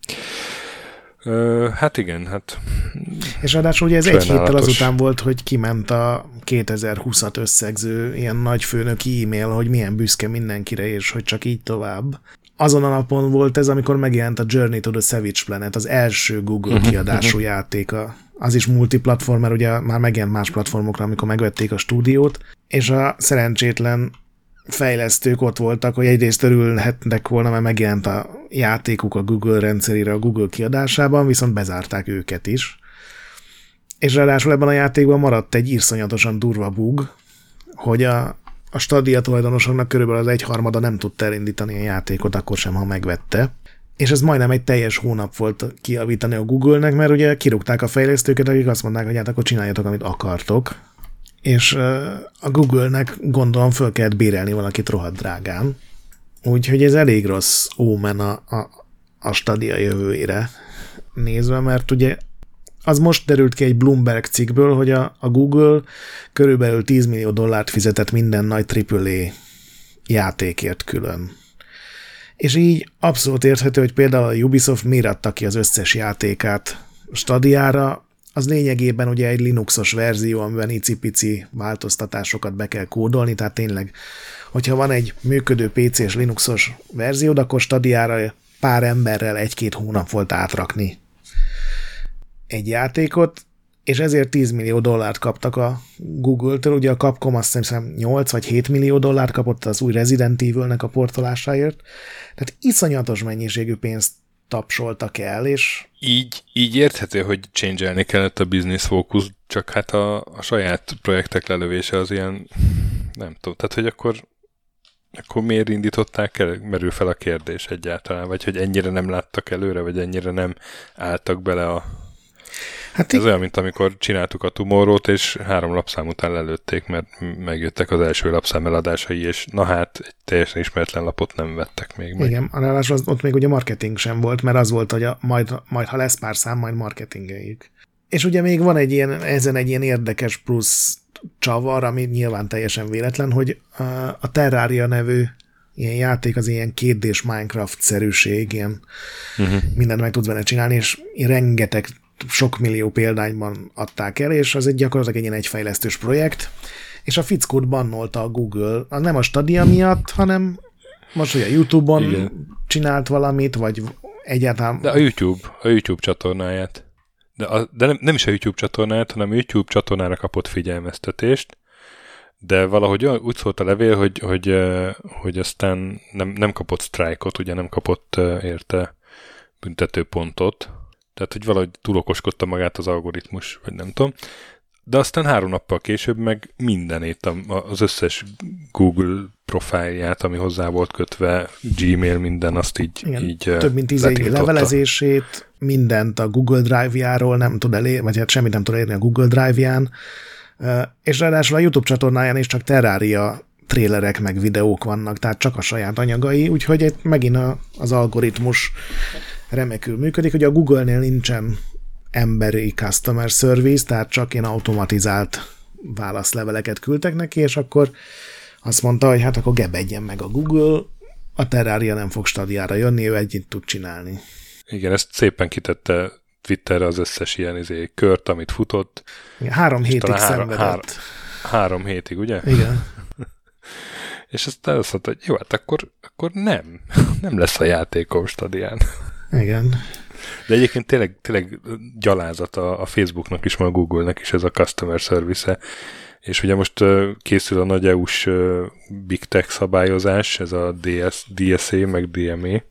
Uh, hát igen, hát... És ráadásul ugye ez egy héttel azután volt, hogy kiment a kétezer-húszat összegző ilyen nagyfőnöki e-mail, hogy milyen büszke mindenkire, és hogy csak így tovább. Azon a napon volt ez, amikor megjelent a Journey to the Savage Planet, az első Google kiadású játéka. Az is multiplatform, mert ugye már megjelent más platformokra, amikor megvették a stúdiót, és a szerencsétlen fejlesztők ott voltak, hogy egyrészt örülhetnek volna, mert megjelent a játékuk a Google rendszerére a Google kiadásában, viszont bezárták őket is. És ráadásul ebben a játékban maradt egy iszonyatosan durva bug, hogy a, a Stadia tulajdonosoknak körülbelül az egyharmada nem tudta elindítani a játékot, akkor sem, ha megvette. És ez majdnem egy teljes hónap volt kijavítani a Google-nek, mert ugye kirúgták a fejlesztőket, akik azt mondták, hogy hát akkor csináljatok, amit akartok. És a Google-nek gondolom föl kellett bérelni valakit rohadt drágán. Úgyhogy ez elég rossz ómen a, a, a Stadia jövőjére nézve, mert ugye az most derült ki egy Bloomberg cikkből, hogy a, a Google körülbelül tíz millió dollárt fizetett minden nagy á á á játékért külön. És így abszolút érthető, hogy például a Ubisoft miért adta ki az összes játékát Stadiára. Az lényegében ugye egy Linuxos verzió, amiben icipici változtatásokat be kell kódolni, tehát tényleg, hogyha van egy működő pé cés Linuxos verziód, akkor Stadiára pár emberrel egy-két hónap volt átrakni egy játékot, és ezért tíz millió dollárt kaptak a Google-től, ugye a Capcom azt hiszem nyolc vagy hét millió dollárt kapott az új Resident Evil-nek a portolásáért, tehát iszonyatos mennyiségű pénzt tapsoltak el, és... Így, így érthető, hogy change-elni kellett a business focus, csak hát a, a saját projektek lelövése az ilyen, nem tudom, tehát hogy akkor, akkor miért indították el, merül fel a kérdés egyáltalán, vagy hogy ennyire nem láttak előre, vagy ennyire nem álltak bele a... Hát ez így... olyan, mint amikor csináltuk a Tomorrow-t, és három lapszám után lelőtték, mert megjöttek az első lapszám eladásai, és na hát, egy teljesen ismeretlen lapot nem vettek még meg. Igen, ráadásul ott még ugye marketing sem volt, mert az volt, hogy a, majd, majd ha lesz pár szám, majd marketingeljük. És ugye még van egy ilyen, ezen egy ilyen érdekes plusz csavar, ami nyilván teljesen véletlen, hogy a, a Terraria nevű ilyen játék, az ilyen kétdés Minecraft-szerűség, ilyen uh-huh. mindent meg tudsz benne csinálni, és rengeteg sok millió példányban adták el, és az egy gyakorlatilag egy ilyen egyfejlesztős projekt, és a fickót bannolta a Google, az nem a Stadia miatt, hanem most, hogy a YouTube-on igen. csinált valamit, vagy egyáltalán... De a YouTube, a YouTube csatornáját. De, a, de nem, nem is a YouTube csatornáját, hanem a YouTube csatornára kapott figyelmeztetést, de valahogy úgy szólt a levél, hogy, hogy, hogy aztán nem, nem kapott sztrájkot, ugye nem kapott érte büntetőpontot, tehát, hogy valahogy túlokoskodta magát az algoritmus, vagy nem tudom. De aztán három nappal később meg mindenét, az összes Google profilját, ami hozzá volt kötve, Gmail, minden, azt így igen, így több mint tíz évi levelezését, mindent a Google Drive-járól nem tud elérni, vagy hát semmit nem tud elérni a Google Drive-ján, és ráadásul a YouTube csatornáján is csak Terraria trélerek meg videók vannak, tehát csak a saját anyagai, úgyhogy itt megint az algoritmus remekül működik, hogy a Google-nél nincsen emberi customer service, tehát csak ilyen automatizált válaszleveleket küldtek neki, és akkor azt mondta, hogy hát akkor gebedjen meg a Google, a Terraria nem fog Stadiára jönni, ő együtt tud csinálni. Igen, ezt szépen kitette Twitterre az összes ilyen izé, kört, amit futott. Három hétig három, szenvedett. Három, három hétig, ugye? Igen. És aztán azt mondta, hogy jó, hát akkor, akkor nem. Nem lesz a játékom Stadián. Igen. De egyébként tényleg, tényleg gyalázat a, a Facebooknak is, meg a Google-nek is ez a customer service-e. És ugye most uh, készül a nagy é u-s uh, Big Tech szabályozás, ez a dé es á meg dé em á,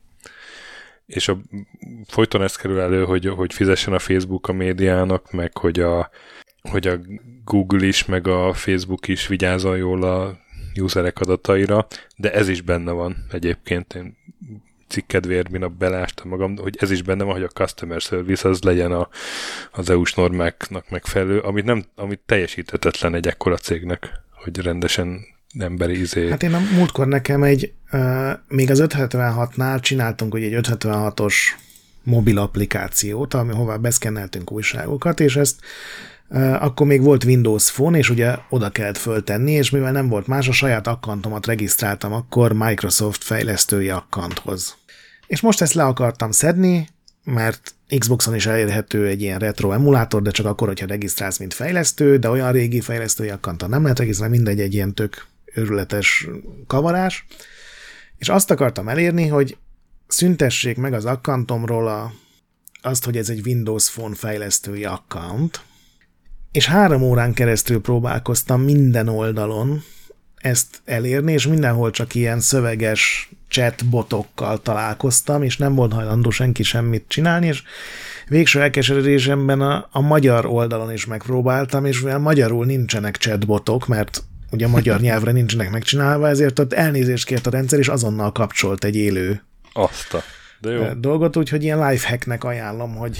és a, folyton ez kerül elő, hogy, hogy fizessen a Facebook a médiának, meg hogy a, hogy a Google is, meg a Facebook is vigyázzon jól a userek adataira, de ez is benne van egyébként. Én cikkedvéért minap belástam magam, hogy ez is benne van, hogy a customer service az legyen a, az é u-s normáknak megfelelő, amit, nem, amit teljesíthetetlen egy ekkora cégnek, hogy rendesen emberi izé. Hát én a múltkor nekem egy, uh, még az ötszázhetvenhatnál csináltunk ugye egy ötszázhetvenhatos mobil applikációt, ami hová beszkenneltünk újságokat, és ezt uh, akkor még volt Windows Phone, és ugye oda kellett föltenni, és mivel nem volt más, a saját akkantomat regisztráltam akkor Microsoft fejlesztői akkanthoz. És most ezt le akartam szedni, mert Xboxon is elérhető egy ilyen retro emulátor, de csak akkor, hogyha regisztrálsz, mint fejlesztő, de olyan régi fejlesztői akkanton nem lehet regisztrálni, mindegy, egy ilyen tök őrületes kavarás. És azt akartam elérni, hogy szüntessék meg az akkantomról a, azt, hogy ez egy Windows Phone fejlesztői akkant, és három órán keresztül próbálkoztam minden oldalon ezt elérni, és mindenhol csak ilyen szöveges chatbotokkal találkoztam, és nem volt hajlandó senki semmit csinálni, és végső elkeseredésemben a, a magyar oldalon is megpróbáltam, és mivel magyarul nincsenek chatbotok, mert ugye a magyar nyelvre nincsenek megcsinálva, ezért ott elnézést kért a rendszer, és azonnal kapcsolt egy élő Azta. De jó. dolgot, úgyhogy ilyen lifehacknek ajánlom, hogy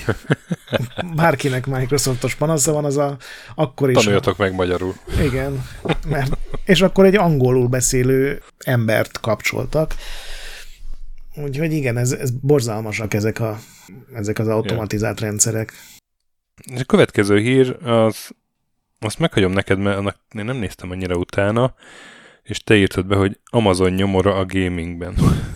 bárkinek Microsoftos panasza van, az a, akkor is... Tanuljatok meg magyarul. Igen, mert, és akkor egy angolul beszélő embert kapcsoltak. Úgyhogy igen, ez, ez borzalmasak ezek, a, ezek az automatizált yeah. rendszerek. És a következő hír, az, azt meghagyom neked, mert annak én nem néztem annyira utána, és te írtad be, hogy Amazon nyomora a gamingben.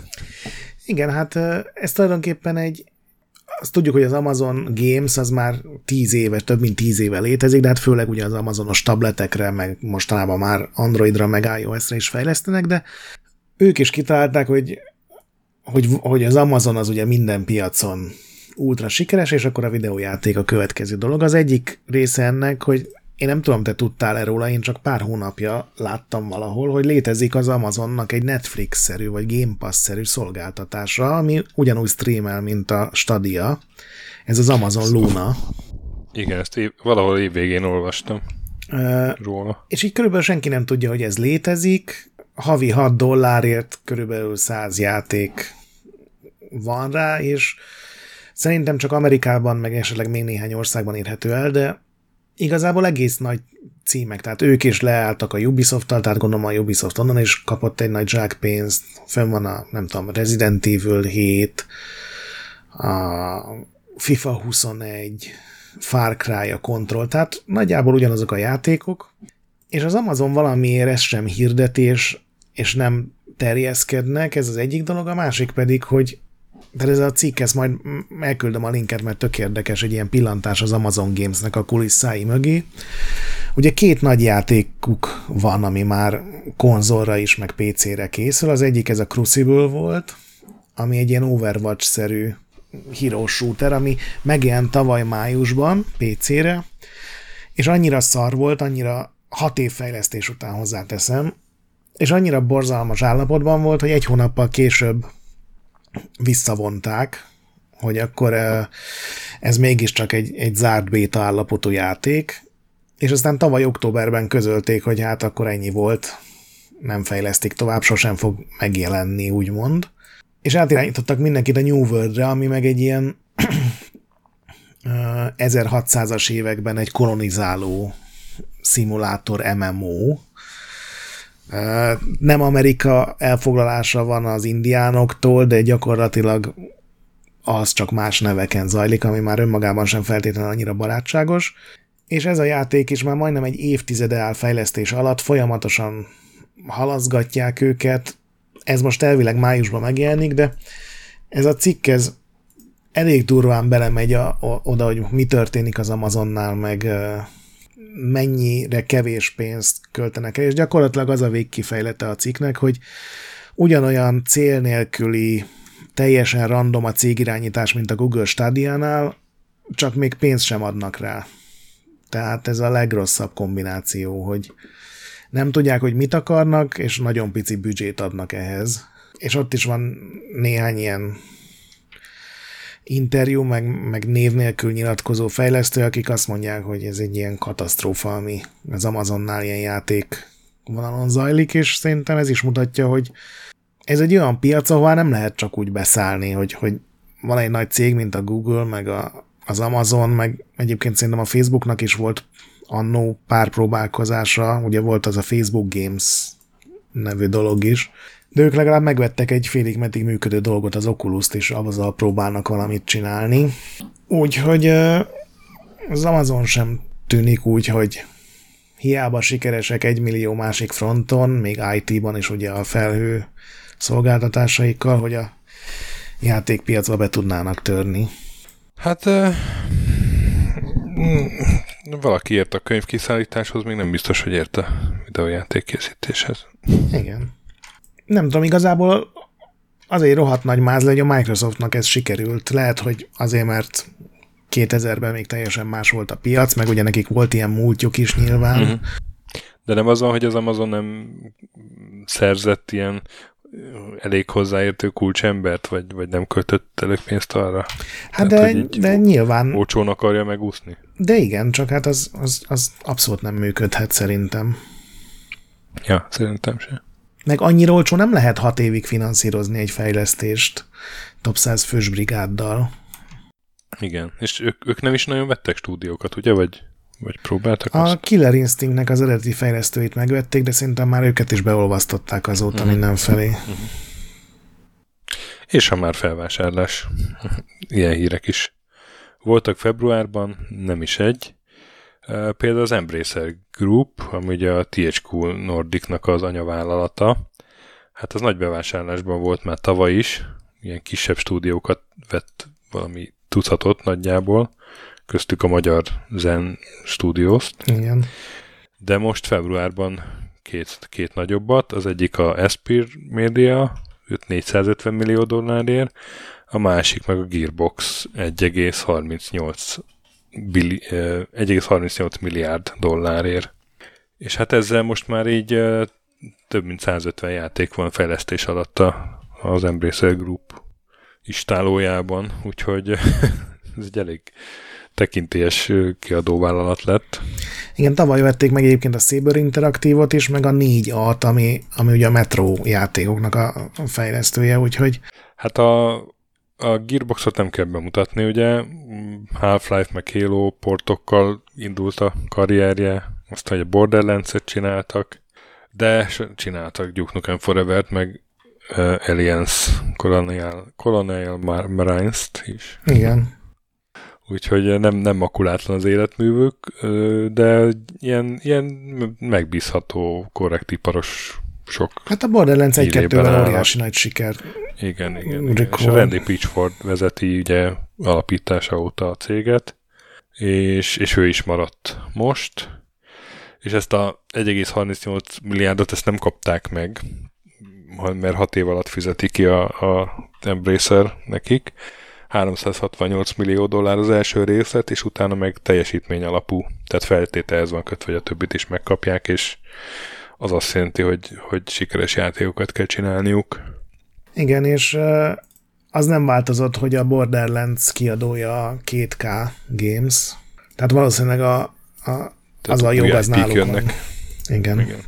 Igen, hát ez tulajdonképpen egy, azt tudjuk, hogy az Amazon Games az már tíz éve, több mint tíz éve létezik, de hát főleg ugye az Amazonos tabletekre, meg mostanában már Androidra, meg iOS-re is fejlesztenek, de ők is kitalálták, hogy, hogy, hogy az Amazon az ugye minden piacon ultra sikeres, és akkor a videójáték a következő dolog. Az egyik része ennek, hogy én nem tudom, te tudtál-e róla, én csak pár hónapja láttam valahol, hogy létezik az Amazonnak egy Netflix-szerű vagy Game Pass-szerű szolgáltatása, ami ugyanúgy streamel, mint a Stadia. Ez az Amazon Luna. Igen, ezt év, valahol évvégén olvastam uh, róla. És így körülbelül senki nem tudja, hogy ez létezik. Havi hat dollárért körülbelül száz játék van rá, és szerintem csak Amerikában, meg esetleg még néhány országban érhető el, de igazából egész nagy címek, tehát ők is leálltak a Ubisoft-tal, tehát gondolom a Ubisoft onnan is kapott egy nagy zsákpénzt, fönn van a, nem tudom, Resident Evil hét, a FIFA huszonegy, Far Cry, a Control, tehát nagyjából ugyanazok a játékok, és az Amazon valamiért ez sem hirdetés, és nem terjeszkednek, ez az egyik dolog, a másik pedig, hogy de ez a cikk, ezt majd elküldöm a linket, mert tök érdekes, egy ilyen pillantás az Amazon Games-nek a kulisszái mögé. Ugye két nagy játékuk van, ami már konzolra is, meg pé cére készül. Az egyik ez a Crucible volt, ami egy ilyen Overwatch-szerű hero shooter, ami megjelent tavaly májusban pé cére, és annyira szar volt, annyira hat év fejlesztés után hozzáteszem, és annyira borzalmas állapotban volt, hogy egy hónappal később visszavonták, hogy akkor ez mégiscsak egy, egy zárt béta állapotú játék, és aztán tavaly októberben közölték, hogy hát akkor ennyi volt, nem fejlesztik tovább, sosem fog megjelenni, úgymond. És átirányítottak mindenkit a New World-re, ami meg egy ilyen ezerhatszázas években egy kolonizáló szimulátor em em o. Nem Amerika elfoglalása van az indiánoktól, de gyakorlatilag az csak más neveken zajlik, ami már önmagában sem feltétlenül annyira barátságos. És ez a játék is már majdnem egy évtizede áll fejlesztés alatt, folyamatosan halaszgatják őket. Ez most elvileg májusban megjelenik, de ez a cikk, ez elég durván belemegy a, a, oda, hogy mi történik az Amazonnál, meg mennyire kevés pénzt költenek el, és gyakorlatilag az a végkifejlete a cikknek, hogy ugyanolyan cél nélküli, teljesen random a cégirányítás, mint a Google Stadia-nál, csak még pénzt sem adnak rá. Tehát ez a legrosszabb kombináció, hogy nem tudják, hogy mit akarnak, és nagyon pici büdzsét adnak ehhez. És ott is van néhány ilyen interjú, meg, meg név nélkül nyilatkozó fejlesztő, akik azt mondják, hogy ez egy ilyen katasztrófa, ami az Amazonnál ilyen játék vonalon zajlik, és szerintem ez is mutatja, hogy ez egy olyan piac, ahová nem lehet csak úgy beszállni, hogy, hogy van egy nagy cég, mint a Google, meg a, az Amazon, meg egyébként szerintem a Facebooknak is volt annó pár próbálkozása, ugye volt az a Facebook Games nevű dolog is, de ők legalább megvettek egy félig meddig működő dolgot, az Oculus-t, és azzal próbálnak valamit csinálni. Úgyhogy az Amazon sem tűnik úgy, hogy hiába sikeresek egymillió másik fronton, még i té-ban is ugye a felhő szolgáltatásaikkal, hogy a játékpiacba be tudnának törni. Hát uh, valaki ért a könyvkiszállításhoz, még nem biztos, hogy ért a videójáték készítéshez. Igen. Nem tudom, igazából azért rohadt nagy mázl, hogy a Microsoftnak ez sikerült. Lehet, hogy azért, mert kétezerben még teljesen más volt a piac, meg ugye nekik volt ilyen múltjuk is nyilván. Mm-hmm. De nem az van, hogy az Amazon nem szerzett ilyen elég hozzáértő kulcsembert, vagy, vagy nem költött elég pénzt arra? Hát Tehát, de, de nyilván... Olcsón akarja megúszni? De igen, csak hát az, az, az abszolút nem működhet szerintem. Ja, szerintem sem. Meg annyira olcsó nem lehet hat évig finanszírozni egy fejlesztést top száz fős brigáddal. Igen, és ők, ők nem is nagyon vettek stúdiókat, ugye? Vagy, vagy próbáltak A azt? Killer Instinctnek az eredeti fejlesztőit megvették, de szerintem már őket is beolvasztották azóta uh-huh. mindenfelé. Uh-huh. És ha már felvásárlás, ilyen hírek is voltak februárban, nem is egy. Például az Embracer Group, ami ugye a té há kú Nordicnak az anyavállalata, hát az nagy bevásárlásban volt már tavaly is, ilyen kisebb stúdiókat vett valami tucatot nagyjából, köztük a magyar Zen Studios-t. Igen. De most februárban két, két nagyobbat, az egyik a Aspyr Media, őt négyszázötven millió dollárért, a másik meg a Gearbox egy egész harmincnyolc milliárd dollárért. És hát ezzel most már így több mint százötven játék van fejlesztés alatt a, az Embracer Group istálójában, úgyhogy ez egy elég tekintélyes kiadóvállalat lett. Igen, tavaly vették meg egyébként a Saber Interactive-ot is, meg a négy á-t, ami, ami ugye a Metro játékoknak a fejlesztője, úgyhogy... Hát a, a Gearboxot nem kell bemutatni, ugye Half-Life meg Halo portokkal indult a karrierje, aztán hogy a Borderlands-et csináltak, de csináltak Duke Nukem Forever-t, meg uh, Aliens Colonial, Colonial Marines-t is. Igen. Úgyhogy nem, nem makulátlan az életművük, de ilyen, ilyen megbízható, korrekt iparos sok. Hát a Borderlands egy kettővel óriási nagy siker. Igen, igen. igen. És a Randy Pitchford vezeti ugye alapítása óta a céget, és, és ő is maradt most, és ezt a egy egész harmincnyolc milliárdot ezt nem kapták meg, mert hat év alatt fizeti ki a, a Embracer nekik. háromszázhatvannyolc millió dollár az első részlet, és utána meg teljesítmény alapú, tehát feltételhez van kötve, hogy a többit is megkapják, és az azt jelenti, hogy, hogy sikeres játékokat kell csinálniuk. Igen, és az nem változott, hogy a Borderlands kiadója a két ká Games, tehát valószínűleg a, a, az a jog az náluk jönnek. Van. Igen. Igen.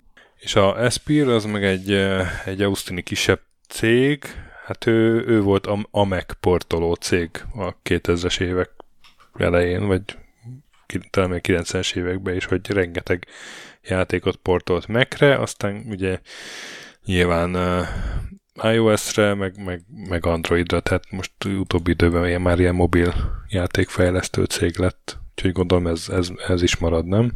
És a Aspyr az meg egy, egy ausztini kisebb cég, hát ő, ő volt a Amec portoló cég a kétezres évek elején, vagy talán még kilencvenes években is, hogy rengeteg játékot portolt Macre, aztán ugye nyilván uh, iOS-re, meg, meg, meg Androidra, tehát most utóbbi időben ilyen, már ilyen mobil játékfejlesztő cég lett, úgyhogy gondolom ez, ez, ez is marad, nem?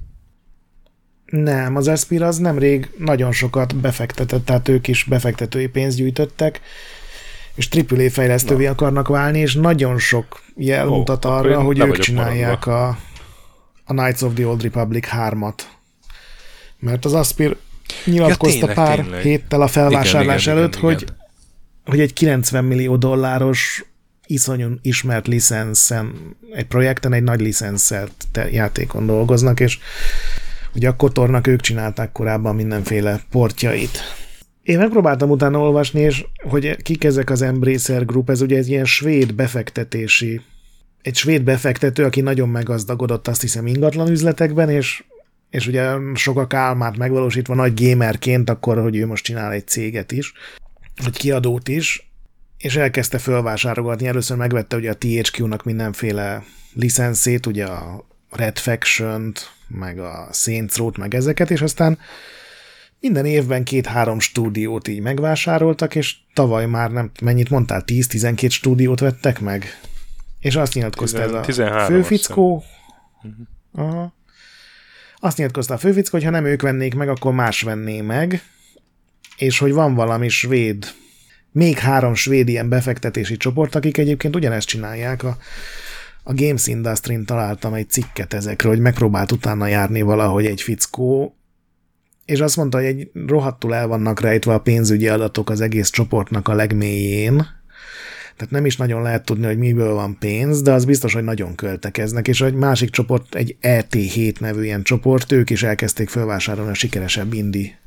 Nem, az Aspyr az nemrég nagyon sokat befektetett, tehát ők is befektetői pénzt gyűjtöttek, és triple A fejlesztővé Na. akarnak válni, és nagyon sok jel oh, mutat arra, hogy ők csinálják a, a Knights of the Old Republic hármat. Mert az Aspyr nyilatkozta ja, tényleg, pár tényleg. héttel a felvásárlás igen, előtt, igen, hogy, igen. hogy egy kilencven millió dolláros iszonyú ismert licenszen, egy projekten, egy nagy licenszert játékon dolgoznak, és ugye a Kotornak ők csinálták korábban mindenféle portjait. Én megpróbáltam utána olvasni, és hogy kik ezek az Embracer Group, ez ugye egy ilyen svéd befektetési, egy svéd befektető, aki nagyon meggazdagodott, azt hiszem, ingatlan üzletekben, és, és ugye sokak álmát megvalósítva nagy gamerként, akkor, hogy ő most csinál egy céget is, egy kiadót is, és elkezdte fölvásárolgatni. Először megvette ugye a té há kú-nak mindenféle licenszét, ugye a Red Faction-t, meg a Saints Row-t, meg ezeket, és aztán minden évben két-három stúdiót így megvásároltak, és tavaly már nem, mennyit mondtál, tíz-tizenkét stúdiót vettek meg? És azt nyilatkozta ez a főfickó. Aha. Azt nyilatkozta a főfickó, hogy ha nem ők vennék meg, akkor más venné meg, és hogy van valami svéd, még három svéd ilyen befektetési csoport, akik egyébként ugyanezt csinálják. A, a Games Industry-n találtam egy cikket ezekről, hogy megpróbált utána járni valahogy egy fickó, és azt mondta, hogy egy rohadtul el vannak rejtve a pénzügyi adatok az egész csoportnak a legmélyén, tehát nem is nagyon lehet tudni, hogy miből van pénz, de az biztos, hogy nagyon költekeznek, és egy másik csoport, egy E T hét nevű ilyen csoport, ők is elkezdték felvásárolni a sikeresebb indie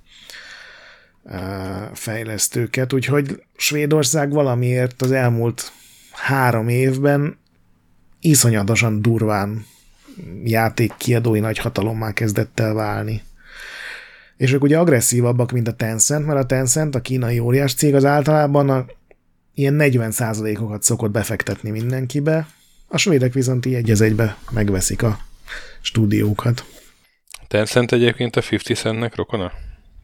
fejlesztőket, úgyhogy Svédország valamiért az elmúlt három évben iszonyatosan durván játékkiadói nagyhatalommá kezdett el válni. És ők ugye agresszívabbak, mint a Tencent, mert a Tencent, a kínai óriás cég, az általában a ilyen negyven százalékokat szokott befektetni mindenkibe, a svédek viszont így egy az egybe megveszik a stúdiókat. Tencent egyébként a ötven centnek rokona?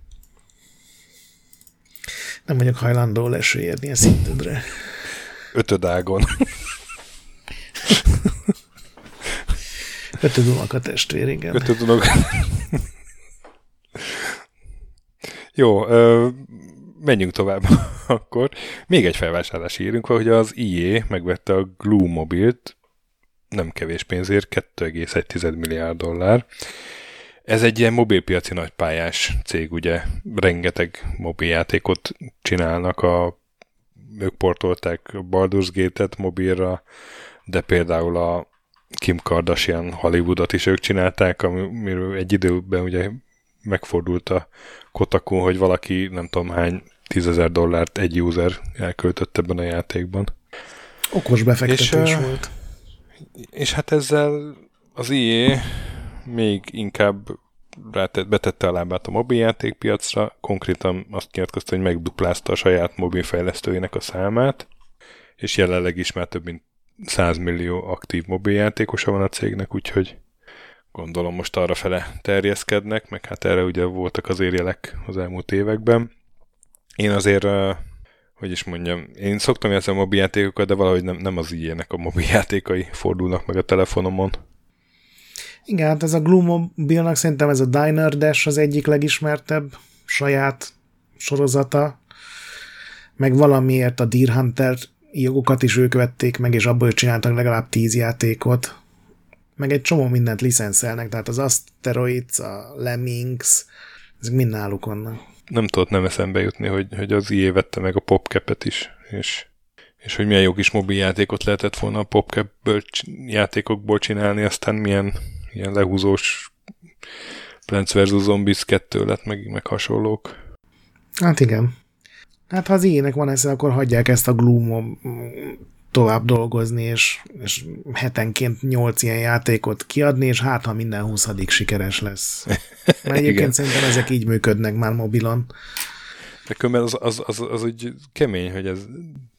Nem vagyok hajlandó lesőjérni a szintedre. Ötödágon. Ötödunak a testvér, igen. Ötödunak. Jó, ö, menjünk tovább akkor. Még egy felvásárlási hírünk, hogy az í á megvette a Glu Mobilt, nem kevés pénzért, két egész egy milliárd dollár. Ez egy ilyen mobilpiaci nagypályás cég, ugye, rengeteg mobiljátékot csinálnak, a, ők portolták a Baldur's Gate-et mobilra, de például a Kim Kardashian Hollywoodot is ők csinálták, amiről egy időben ugye megfordult a Kotaku, hogy valaki nem tudom hány tízezer dollárt egy user elköltött ebben a játékban. Okos befektetés és, volt. És hát ezzel az í á még inkább rátett, betette a lábát a mobiljátékpiacra, konkrétan azt nyilatkozta, hogy megduplázta a saját mobilfejlesztőinek a számát, és jelenleg is már több mint száz millió aktív mobiljátékosa van a cégnek, úgyhogy gondolom most arra fele terjeszkednek, meg hát erre ugye voltak az érjelek az elmúlt években. Én azért, hogy is mondjam, én szoktam játszani a mobiljátékokat, de valahogy nem, nem az í á-nek a mobiljátékai fordulnak meg a telefonomon. Igen, hát ez a Glu Mobile-nak szerintem ez a Diner Dash az egyik legismertebb saját sorozata, meg valamiért a Deer Hunter jogokat is ők vették meg, és abból csináltak legalább tíz játékot, meg egy csomó mindent licenszelnek, tehát az Asteroids, a Lemmings, ezek mind náluk vannak. Nem tudott nem eszembe jutni, hogy, hogy az í á vette meg a PopCap-et is, és, és hogy milyen jó kis mobiljátékot lehetett volna a PopCap-ből játékokból csinálni, aztán milyen ilyen lehúzós Plants versus. Zombies kettő lett, meg, meg hasonlók. Hát igen. Hát ha az í á-nek van esze, akkor hagyják ezt a Gloom tovább dolgozni, és, és hetenként nyolc ilyen játékot kiadni, és hát ha minden huszadik sikeres lesz. Mert egyébként szerintem ezek így működnek már mobilon. De különben az, az, az, az úgy kemény, hogy ez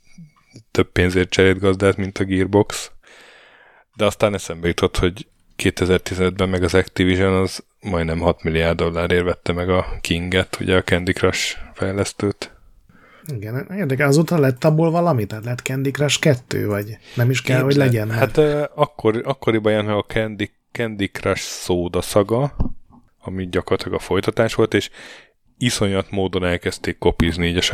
több pénzért cserélt gazdát, mint a Gearbox. De aztán eszembe jutott, hogy kétezer-tizenötben meg az Activision az majdnem hat milliárd dollárért vette meg a Kinget, ugye a Candy Crush fejlesztőt. Igen, érdekel, azóta lett abból valami? Tehát lett Candy Crush kettő, vagy nem is kell, Én hogy le, legyen? Hát uh, akkor, akkoriban jön a Candy, Candy Crush Soda szaga, ami gyakorlatilag a folytatás volt, és iszonyat módon elkezdték kopizni így a saját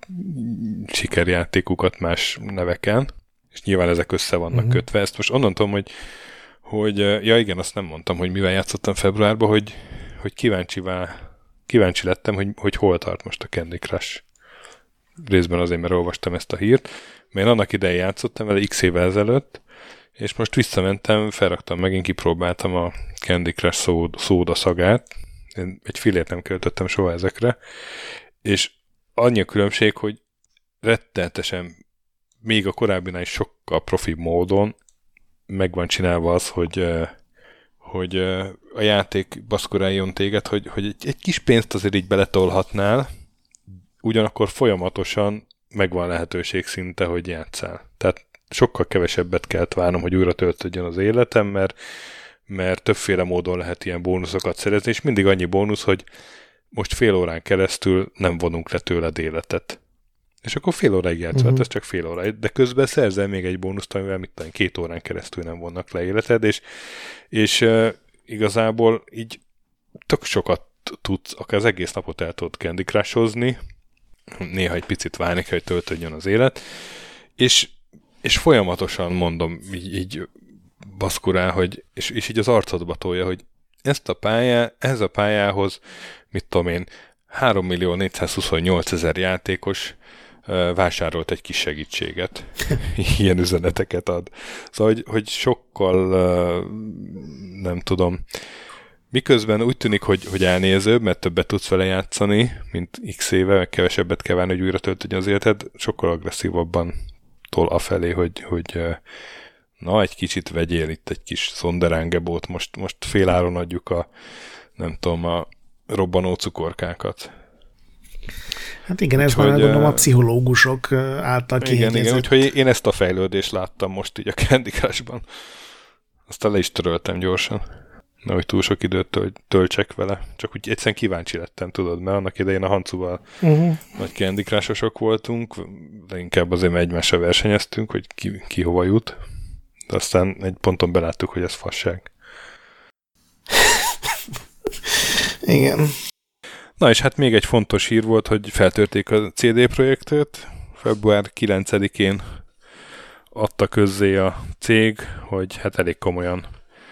sikerjátékukat más neveken, és nyilván ezek össze vannak uh-huh. kötve. Ezt most onnan tudom, hogy, hogy ja igen, azt nem mondtam, hogy mivel játszottam februárban, hogy, hogy kíváncsivá, kíváncsi lettem, hogy, hogy hol tart most a Candy Crush. Részben azért, mert olvastam ezt a hírt, mert én annak idején játszottam vele x évvel ezelőtt, és most visszamentem, felraktam, megint kipróbáltam a Candy Crush szóda szagát. Én egy fillért nem költöttem soha ezekre, és annyi a különbség, hogy rettenetesen még a korábbinál is sokkal profibb módon meg van csinálva az, hogy, hogy a játék baszkuráljon téged, hogy, hogy egy, egy kis pénzt azért így beletolhatnál, ugyanakkor folyamatosan megvan lehetőség szinte, hogy játsszál. Tehát sokkal kevesebbet kellett várnom, hogy újra töltődjön az életem, mert, mert többféle módon lehet ilyen bónuszokat szerezni, és mindig annyi bónusz, hogy most fél órán keresztül nem vonunk le tőled életet. És akkor fél óráig játszol, uh-huh. ez csak fél óráig, de közben szerzel még egy bónuszt, amivel mit tudom, két órán keresztül nem vonnak le életed, és, és uh, igazából így tök sokat tudsz, akár az egész napot el tudod Candy Crush-ozni, néha egy picit várni kell, hogy töltődjön az élet, és, és folyamatosan mondom, így, így baszkurál, hogy, és, és így az arcodba tolja, hogy ezt a pályá, ehhez a pályához, mit tudom én, három millió négyszázhuszonnyolcezer játékos uh, vásárolt egy kis segítséget. Ilyen üzeneteket ad. Szóval, hogy, hogy sokkal uh, nem tudom, miközben úgy tűnik, hogy, hogy elnézőbb, mert többet tudsz vele játszani, mint x éve, meg kevesebbet kell várni, hogy újra töltődjön az életed, sokkal agresszívabban tol afelé, hogy, hogy uh, na, egy kicsit vegyél itt egy kis szonderángebót, most, most féláron adjuk a, nem tudom, a robbanó cukorkákat. Hát igen, ez már gondolom a pszichológusok által kihegyezett. Igen, igen, úgyhogy én ezt a fejlődést láttam most így a Candy Crush-ban. Aztán le is töröltem gyorsan. Nehogy túl sok időt töl- töltsek vele. Csak úgy egyszerűen kíváncsi lettem, tudod, mert annak idején a Hancuval uh-huh. nagy Candy Crush-osok voltunk, de inkább azért, mert egymással versenyeztünk, hogy ki, ki hova jut. De aztán egy ponton beláttuk, hogy ez fasság. Igen. Na és hát még egy fontos hír volt, hogy feltörték a cé dé Projektet. február kilencedikén adta közzé a cég, hogy hát elég komolyan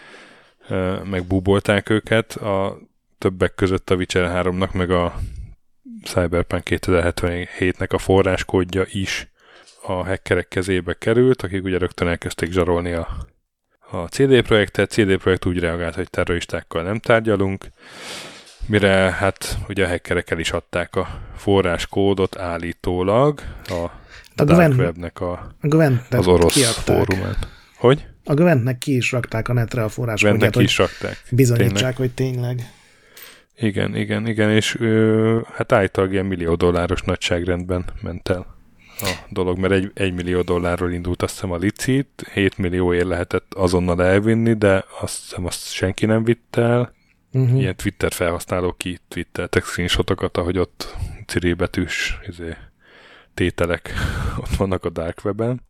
e, megbúbolták őket. A többek között a Witcher háromnak, meg a Cyberpunk kétezer-hetvenhétnek a forráskódja is a hackerek kezébe került, akik ugye rögtön elkezdték zsarolni a, a cé dé Projektet. cé dé Projekt úgy reagált, hogy terroristákkal nem tárgyalunk, mire hát ugye a hackerek el is adták a forráskódot állítólag a, a Dark Webnek a, az orosz kiadták. Fórumán. Hogy? A Gwentnek ki is rakták a netre a forráskódját, ki is rakták. Bizonyítsák, tényleg. Hogy tényleg. Igen, igen, igen, és ö, hát állítólag ilyen millió dolláros nagyságrendben ment el a dolog, mert egy, egy millió dollárról indult azt hiszem a licit, hét millióért lehetett azonnal elvinni, de azt hiszem azt senki nem vitt el. Uh-huh. Ilyen Twitter felhasználók ki twitteltek screenshotokat, ahogy ott ciribetűs izé, tételek ott vannak a Dark Webben.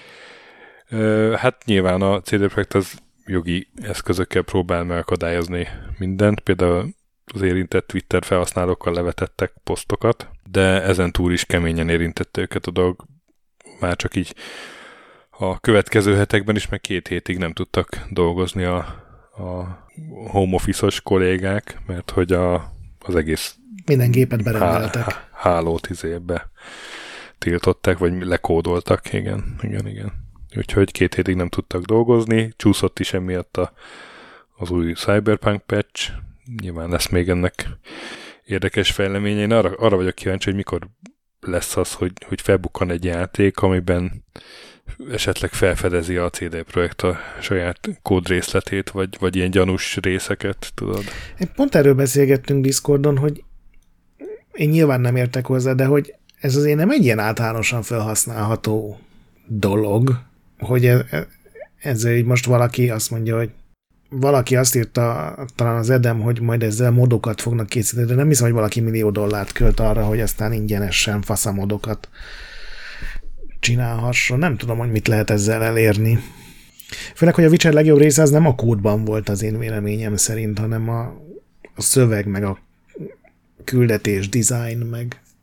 Ö, hát nyilván a cé dé Projekt az jogi eszközökkel próbál megakadályozni mindent, például az érintett Twitter felhasználókkal levetettek posztokat, de ezen túl is keményen érintette őket a dolog. Már csak így a következő hetekben is, meg két hétig nem tudtak dolgozni a, a home office-os kollégák, mert hogy a, az egész minden gépet berendeltek. Há, hálót izébe tiltották, vagy lekódoltak, igen, igen, igen. Úgyhogy két hétig nem tudtak dolgozni, csúszott is emiatt a, az új Cyberpunk patch. Nyilván lesz még ennek érdekes fejleménye. Én arra, arra vagyok kíváncsi, hogy mikor lesz az, hogy, hogy felbukkan egy játék, amiben esetleg felfedezi a cé dé Projekt a saját kódrészletét, vagy, vagy ilyen gyanús részeket, tudod? Pont erről beszélgettünk Discordon, hogy én nyilván nem értek hozzá, de hogy ez azért nem egy ilyen általánosan felhasználható dolog, hogy ez, ezzel így most valaki azt mondja, hogy valaki azt írta, talán az Edem, hogy majd ezzel modokat fognak készíteni, de nem hiszem, hogy valaki millió dollárt költ arra, hogy aztán ingyenesen faszamodokat csinálhasson. Nem tudom, hogy mit lehet ezzel elérni. Főleg, hogy a Witcher legjobb része az nem a kódban volt az én véleményem szerint, hanem a, a szöveg, meg a küldetés, design, meg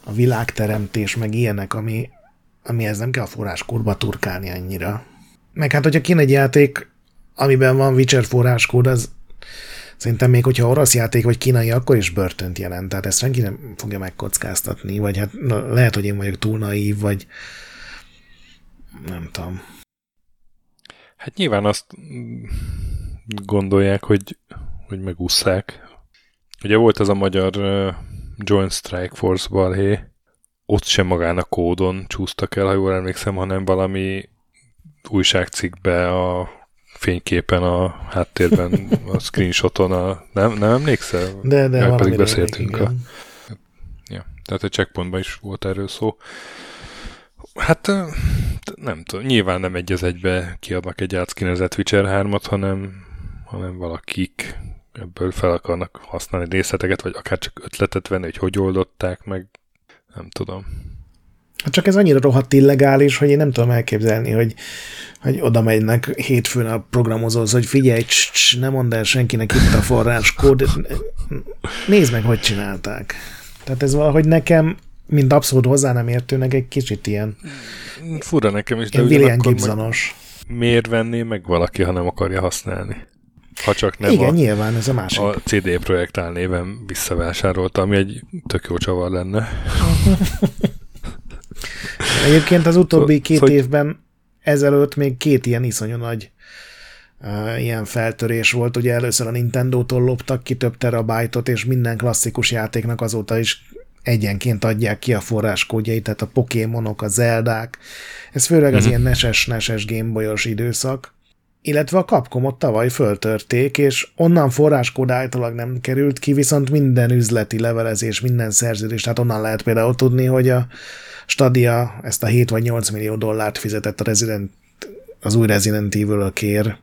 a világteremtés, meg ilyenek, ami, amihez nem kell a forráskódba turkálni annyira. Meg hát, hogyha kéne egy játék, amiben van Witcher forráskód, az szerintem még, hogyha orosz játék vagy kínai, akkor is börtönt jelent. Tehát ezt senki nem fogja megkockáztatni, vagy hát na, lehet, hogy én vagyok túl naív, vagy nem tudom. Hát nyilván azt gondolják, hogy, hogy megússzák. Ugye volt az a magyar uh, Joint Strike Force balhé, ott sem magán a kódon csúsztak el, ha jól emlékszem, hanem valami újságcikkbe a fényképen a háttérben, a screenshoton, a, nem, nem emlékszel? De, de ja, pedig beszéltünk. Még, a, ja, tehát a checkpointban is volt erről szó. Hát nem tudom, nyilván nem egy az egybe kiadnak egy átszkinezett Witcher hármat, hanem, hanem valakik ebből fel akarnak használni részleteket, vagy akár csak ötletet venni, hogy hogy oldották meg, nem tudom. Csak ez annyira rohadt illegális, hogy én nem tudom elképzelni, hogy, hogy oda megynek hétfőn a programozóhoz, hogy figyelj, cs, cs, ne mondd el senkinek itt a forráskód. Nézd meg, hogy csinálták. Tehát ez valahogy nekem, mint abszolút hozzá nem értőnek, egy kicsit ilyen fura nekem is, de William Gibsonos. Miért venné meg valaki, ha nem akarja használni? Ha csak nem igen, a, nyilván, ez a másik. A cé dé Projekt álnéven visszavásárolta, ami egy tök jó csavar lenne. Egyébként az utóbbi Szó, két szó, évben ezelőtt még két ilyen iszonyú nagy uh, ilyen feltörés volt. Ugye először a Nintendótól loptak ki több terabájtot, és minden klasszikus játéknak azóta is egyenként adják ki a forráskódjait, tehát a Pokémonok, a Zeldák. Ez főleg az mm-hmm. ilyen neses, neses Gameboyos időszak. Illetve a Capcomot tavaly föltörték, és onnan forráskód általag nem került ki, viszont minden üzleti levelezés, minden szerződés, tehát onnan lehet például tudni, hogy a Stadia ezt a hét vagy nyolc millió dollárt fizetett a Resident, az új Resident Evil-ökért.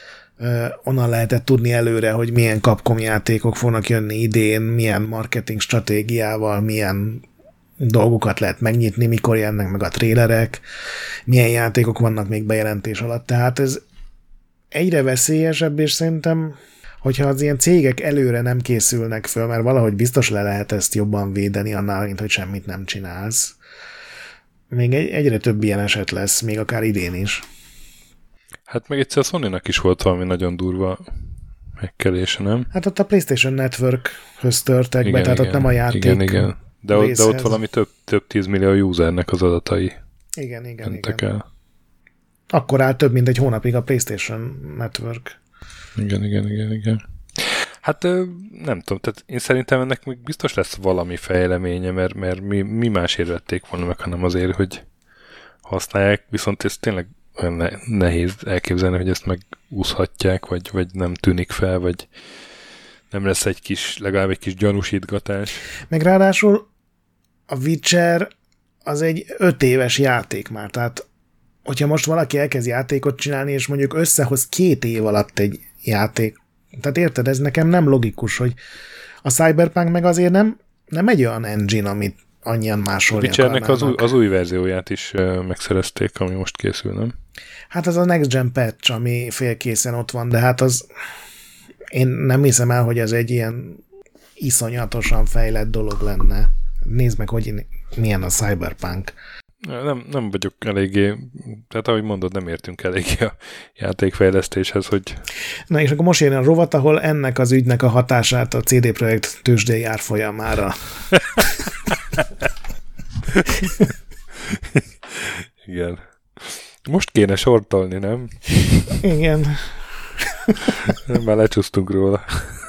Onnan lehetett tudni előre, hogy milyen Capcom játékok fognak jönni idén, milyen marketing stratégiával, milyen dolgokat lehet megnyitni, mikor jönnek meg a trélerek, milyen játékok vannak még bejelentés alatt. Tehát ez egyre veszélyesebb, és szerintem, hogyha az ilyen cégek előre nem készülnek föl, mert valahogy biztos le lehet ezt jobban védeni annál, mint hogy semmit nem csinálsz. Még egy, egyre több ilyen eset lesz, még akár idén is. Hát meg egyszer a Sony-nak is volt valami nagyon durva megkelése, nem? Hát ott a PlayStation Network-höz törtek igen, be, tehát igen, ott nem a játék igen, igen. De, ott, de ott valami több, több tízmillió usernek az adatai igen, igen, mentek igen. el. Akkor áll több mint egy hónapig a PlayStation Network. Igen, igen, igen, igen. Hát nem tudom, tehát én szerintem ennek még biztos lesz valami fejleménye, mert, mert mi, mi másért vették volna meg, hanem azért, hogy használják, viszont ez tényleg olyan nehéz elképzelni, hogy ezt megúszhatják, vagy, vagy nem tűnik fel, vagy nem lesz egy kis, legalább egy kis gyanúsítgatás. Meg ráadásul a Witcher az egy öt éves játék már, tehát hogyha most valaki elkezd játékot csinálni, és mondjuk összehoz két év alatt egy játék, tehát érted, ez nekem nem logikus, hogy a Cyberpunk meg azért nem, nem egy olyan engine, amit annyian másolni akarnának. A Witchernek az új, az új verzióját is uh, megszerezték, ami most készül, nem? Hát az a Next Gen patch, ami félkészen ott van, de hát az én nem hiszem el, hogy ez egy ilyen iszonyatosan fejlett dolog lenne. Nézd meg, hogy milyen a Cyberpunk. Nem, nem vagyok eléggé, tehát ahogy mondod, nem értünk eléggé a játékfejlesztéshez, hogy... Na és akkor most jön a rovat, ahol ennek az ügynek a hatását a cé dé Projekt tőzsdei árfolyamára. Igen. Most kéne sortolni, nem? Igen. Már lecsúsztunk róla.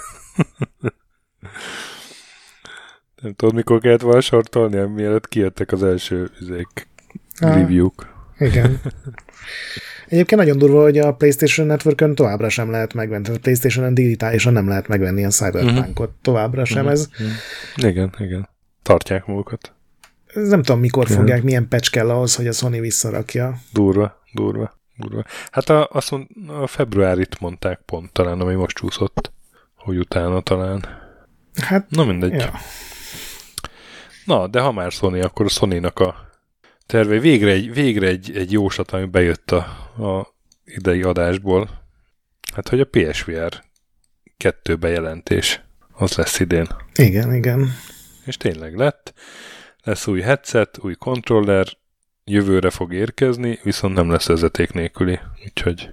Nem tudod, mikor kellett volna sortolni, mielőtt kijöttek az első üzék, review-k. Igen. Egyébként nagyon durva, hogy a PlayStation Network-ön továbbra sem lehet megvenni. Tehát a PlayStation-en digitálisan nem lehet megvenni a Cyberpunk-ot. Továbbra sem ez. Igen, igen. Tartják magukat. Ez nem tudom, mikor igen. fogják, milyen patch kell ahhoz, hogy a Sony visszarakja. Durva, durva, durva. Hát a, azt mond, a februárit mondták pont talán, ami most csúszott, hogy utána talán. Hát, na mindegy. Ja. Na, de ha már Sony, akkor a Sony-nak a terve végre egy, végre egy, egy jóslat, ami bejött a, a idei adásból. Hát, hogy a pé es vé er kettő bejelentés, az lesz idén. Igen, igen. És tényleg lett. lesz új headset, új kontroller, jövőre fog érkezni, viszont nem lesz vezeték nélküli. Úgyhogy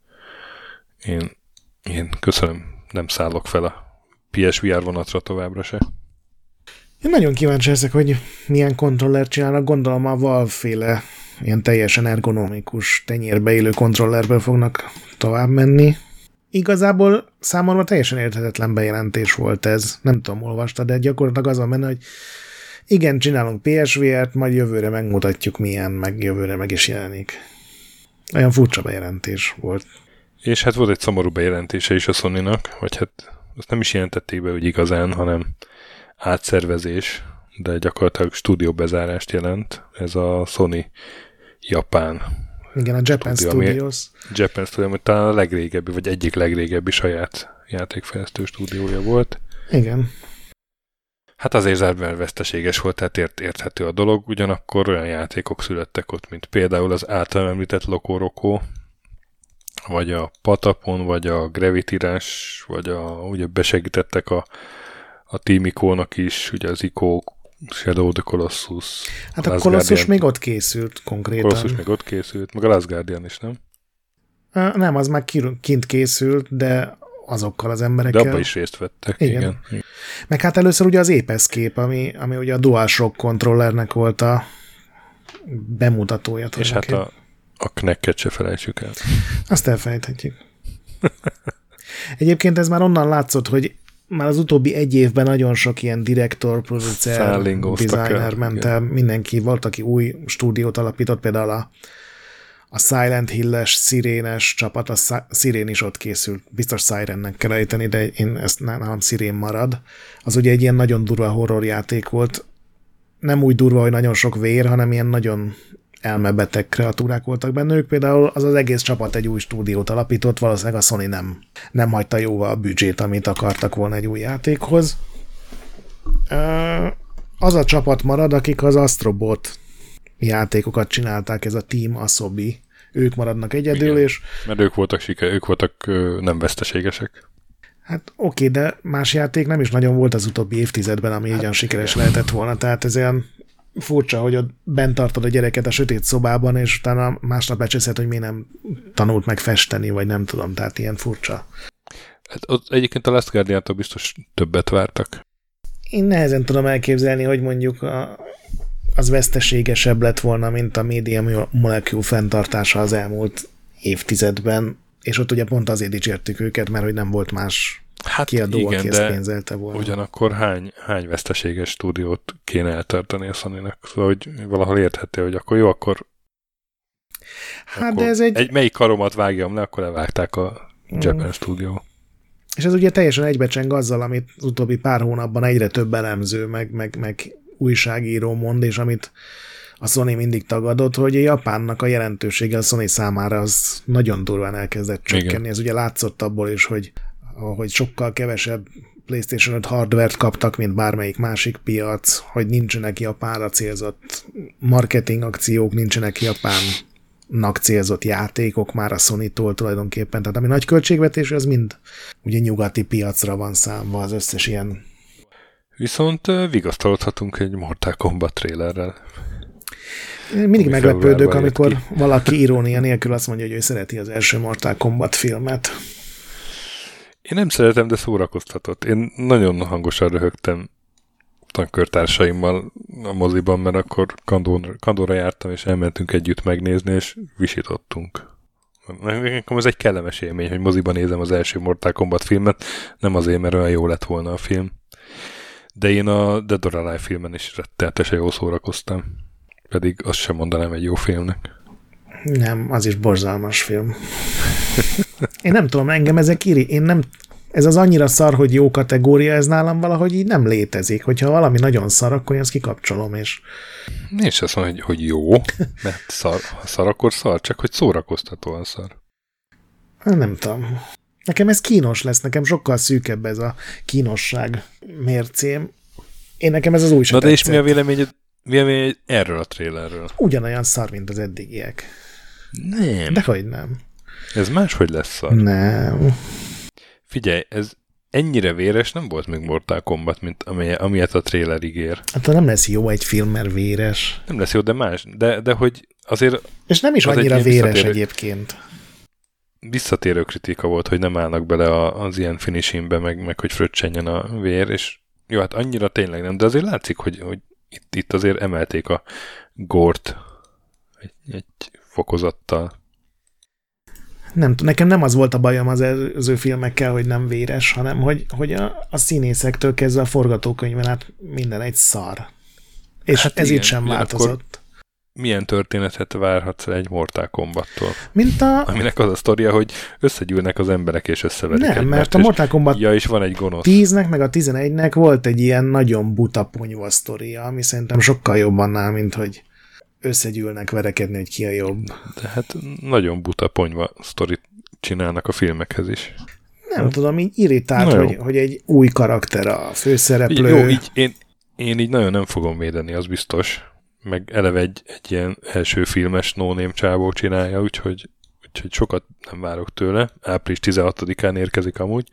én, én köszönöm, nem szállok fel a pé es vé er vonatra továbbra se. Én nagyon kíváncsi leszek, hogy milyen kontrollert csinálnak. Gondolom a Valve-féle ilyen teljesen ergonomikus, tenyérbe élő kontrollerből fognak tovább menni. Igazából számomra teljesen érthetetlen bejelentés volt ez. Nem tudom, olvasta, de gyakorlatilag az van benne, hogy igen, csinálunk pé es vé er-t, majd jövőre megmutatjuk milyen, meg jövőre meg is jelenik. Olyan furcsa bejelentés volt. És hát volt egy szomorú bejelentése is a Sony-nak, vagy hát azt nem is jelentették be, hogy igazán, hanem átszervezés, de gyakorlatilag stúdióbezárást jelent. Ez a Sony Japán. Igen, a Japan stúdió, Studios. Japan Studios, ami talán a legrégebbi, vagy egyik legrégebbi saját játékfejlesztő stúdiója volt. Igen. Hát azért zárban veszteséges volt, tehát ért, érthető a dolog, ugyanakkor olyan játékok születtek ott, mint például az általam említett Loco Roco, vagy a Patapon, vagy a Gravity Rush, vagy a, ugye besegítettek a, a Team Ico-nak is, ugye az Ico Shadow of the Colossus. Hát a, a Colossus még ott készült konkrétan. Colossus még ott készült, meg a Last Guardian is, nem? Nem, az már kint készült, de azokkal az emberekkel. De abban is részt vettek, igen. igen. Meg hát először ugye az Ape-Escape, ami, ami ugye a DualShock kontrollernek volt a bemutatója. És hát a, a Kinect-et se felejtsük el. Azt elfelejthetjük. Egyébként ez már onnan látszott, hogy már az utóbbi egy évben nagyon sok ilyen direktor, producer, designer ment el. Mindenki volt, aki új stúdiót alapított, például a A Silent Hill-es, szirénes csapat, a Szirén is ott készült. Biztos Sirennek kell ejteni, de én ezt nálam Szirén marad. Az ugye egy ilyen nagyon durva horrorjáték volt. Nem úgy durva, hogy nagyon sok vér, hanem ilyen nagyon elmebeteg kreatúrák voltak benne. Ők például az az egész csapat egy új stúdiót alapított, valószínűleg a Sony nem, nem hagyta jóvá a büdzsét, amit akartak volna egy új játékhoz. Az a csapat marad, akik az Astrobot játékokat csinálták, ez a Team Asobi. Ők maradnak egyedül, igen, és... Mert ők voltak siker, ők voltak ö, nem veszteségesek. Hát oké, de más játék nem is nagyon volt az utóbbi évtizedben, ami hát, ugyan sikeres lehetett volna, tehát ez olyan furcsa, hogy ott bent tartod a gyereket a sötét szobában, és utána másnap becseszed, hogy miért nem tanult meg festeni, vagy nem tudom, tehát ilyen furcsa. Hát ott egyébként a Last Guardian-tól biztos többet vártak. Én nehezen tudom elképzelni, hogy mondjuk a az veszteségesebb lett volna, mint a Media Molecule fenntartása az elmúlt évtizedben, és ott ugye pont azért dicsértük őket, mert hogy nem volt más hát kiadó, igen, aki ezt pénzelte volna. Ugyanakkor hány, hány veszteséges stúdiót kéne eltartani a Sony-nak? Szóval, hogy valahol érthető, hogy akkor jó, akkor, hát akkor de ez egy... egy... Melyik karomat vágjam le, akkor levágták a Japan mm. Studio. És ez ugye teljesen egybecseng azzal, amit az utóbbi pár hónapban egyre több elemző, meg, meg, meg újságíró mond, és amit a Sony mindig tagadott, hogy a Japánnak a jelentősége a Sony számára az nagyon durván elkezdett csökkenni. Igen. Ez ugye látszott abból is, hogy, hogy sokkal kevesebb PlayStation öt hardware-t kaptak, mint bármelyik másik piac, hogy nincsenek Japánra célzott marketing akciók, nincsenek Japánnak célzott játékok már a Sony-tól tulajdonképpen. Tehát ami nagy költségvetés, az mind ugye nyugati piacra van számva az összes ilyen. Viszont vigasztalodhatunk egy Mortal Kombat trailerrel. Mindig meglepődök, amikor ki. valaki irónia nélkül azt mondja, hogy ő szereti az első Mortal Kombat filmet. Én nem szeretem, de szórakoztatott. Én nagyon hangosan röhögtem tankörtársaimmal a moziban, mert akkor Kandor, Kandorra jártam, és elmentünk együtt megnézni, és visítottunk. Nekem ez egy kellemes élmény, hogy moziban nézem az első Mortal Kombat filmet, nem azért, mert olyan jó lett volna a film. De én a Dead or Alive filmen is rettenetesen jól szórakoztam. Pedig azt sem mondanám egy jó filmnek. Nem, az is borzalmas film. Én nem tudom, engem ezek iri. Én nem, ez az annyira szar, hogy jó kategória, ez nálam valahogy így nem létezik. Hogyha valami nagyon szar, akkor én azt kikapcsolom, és... Én is azt mondom, hogy, hogy jó, mert szar, ha szar, akkor szar, csak hogy szórakoztatóan szar. Nem tudom. Nekem ez kínos lesz, nekem sokkal szűkebb ez a kínosság mércém. Én nekem ez az új sem Na de és mi a véleményed, véleményed erről a trailerről? Ugyanolyan szar, mint az eddigiek. Nem. Dehogy nem. Ez máshogy lesz szar. Nem. Figyelj, ez ennyire véres nem volt még Mortal Kombat, mint amely, amilyet a trailer ígér. Hát nem lesz jó egy film, mert véres. Nem lesz jó, de más. De, de hogy azért... És nem is annyira véres visszatérő, egyébként. Visszatérő kritika volt, hogy nem állnak bele az ilyen finishingbe, meg, meg hogy fröccsenjen a vér, és jó, hát annyira tényleg nem, de azért látszik, hogy, hogy itt, itt azért emelték a górt egy, egy fokozattal. Nem, nekem nem az volt a bajom az előző filmekkel, hogy nem véres, hanem hogy, hogy a, a színészektől kezdve a forgatókönyvben át minden egy szar. És hát ez igen, itt sem változott. Milyen történetet várhatsz egy Mortal Kombattól? Mint a... Aminek az a sztoria, hogy összegyűlnek az emberek és összeverik nem, egymást. mert a Mortal Kombat ja, és van egy gonosz. tíznek meg a tizenegynek volt egy ilyen nagyon buta ponyva sztoria, ami szerintem sokkal jobb annál, mint hogy összegyűlnek verekedni, hogy ki a jobb. De hát nagyon buta ponyva sztorit csinálnak a filmekhez is. Nem hát, tudom, így irritált, hogy, hogy egy új karakter a főszereplő. Jó, így én, én így nagyon nem fogom védeni, az biztos. Meg eleve egy, egy ilyen első filmes no-name csávó csinálja, úgyhogy, úgyhogy sokat nem várok tőle. április tizenhatodikán érkezik amúgy.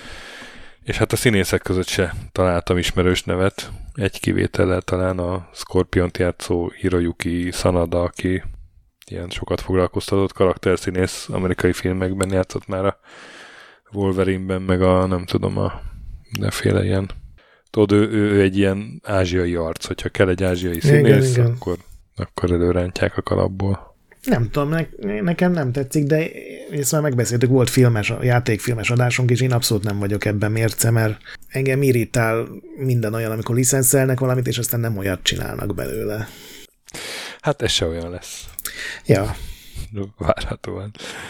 És hát a színészek között se találtam ismerős nevet. Egy kivétellel talán a Scorpiont játszó Hiroyuki Sanada, aki ilyen sokat foglalkoztatott karakterszínész, amerikai filmekben játszott már a Wolverine-ben, meg a nem tudom, a mindenféle ilyen. Tudod, ő, ő, ő egy ilyen ázsiai arc, hogyha kell egy ázsiai színész, igen, igen. Akkor, akkor előrántják a kalapból. Nem tudom, ne, nekem nem tetszik, de ezt már megbeszéltük, volt filmes, játékfilmes adásunk, és én abszolút nem vagyok ebben mérce, mert engem irritál minden olyan, amikor licenszelnek valamit, és aztán nem olyat csinálnak belőle. Hát ez se olyan lesz. Ja. Várhatóan.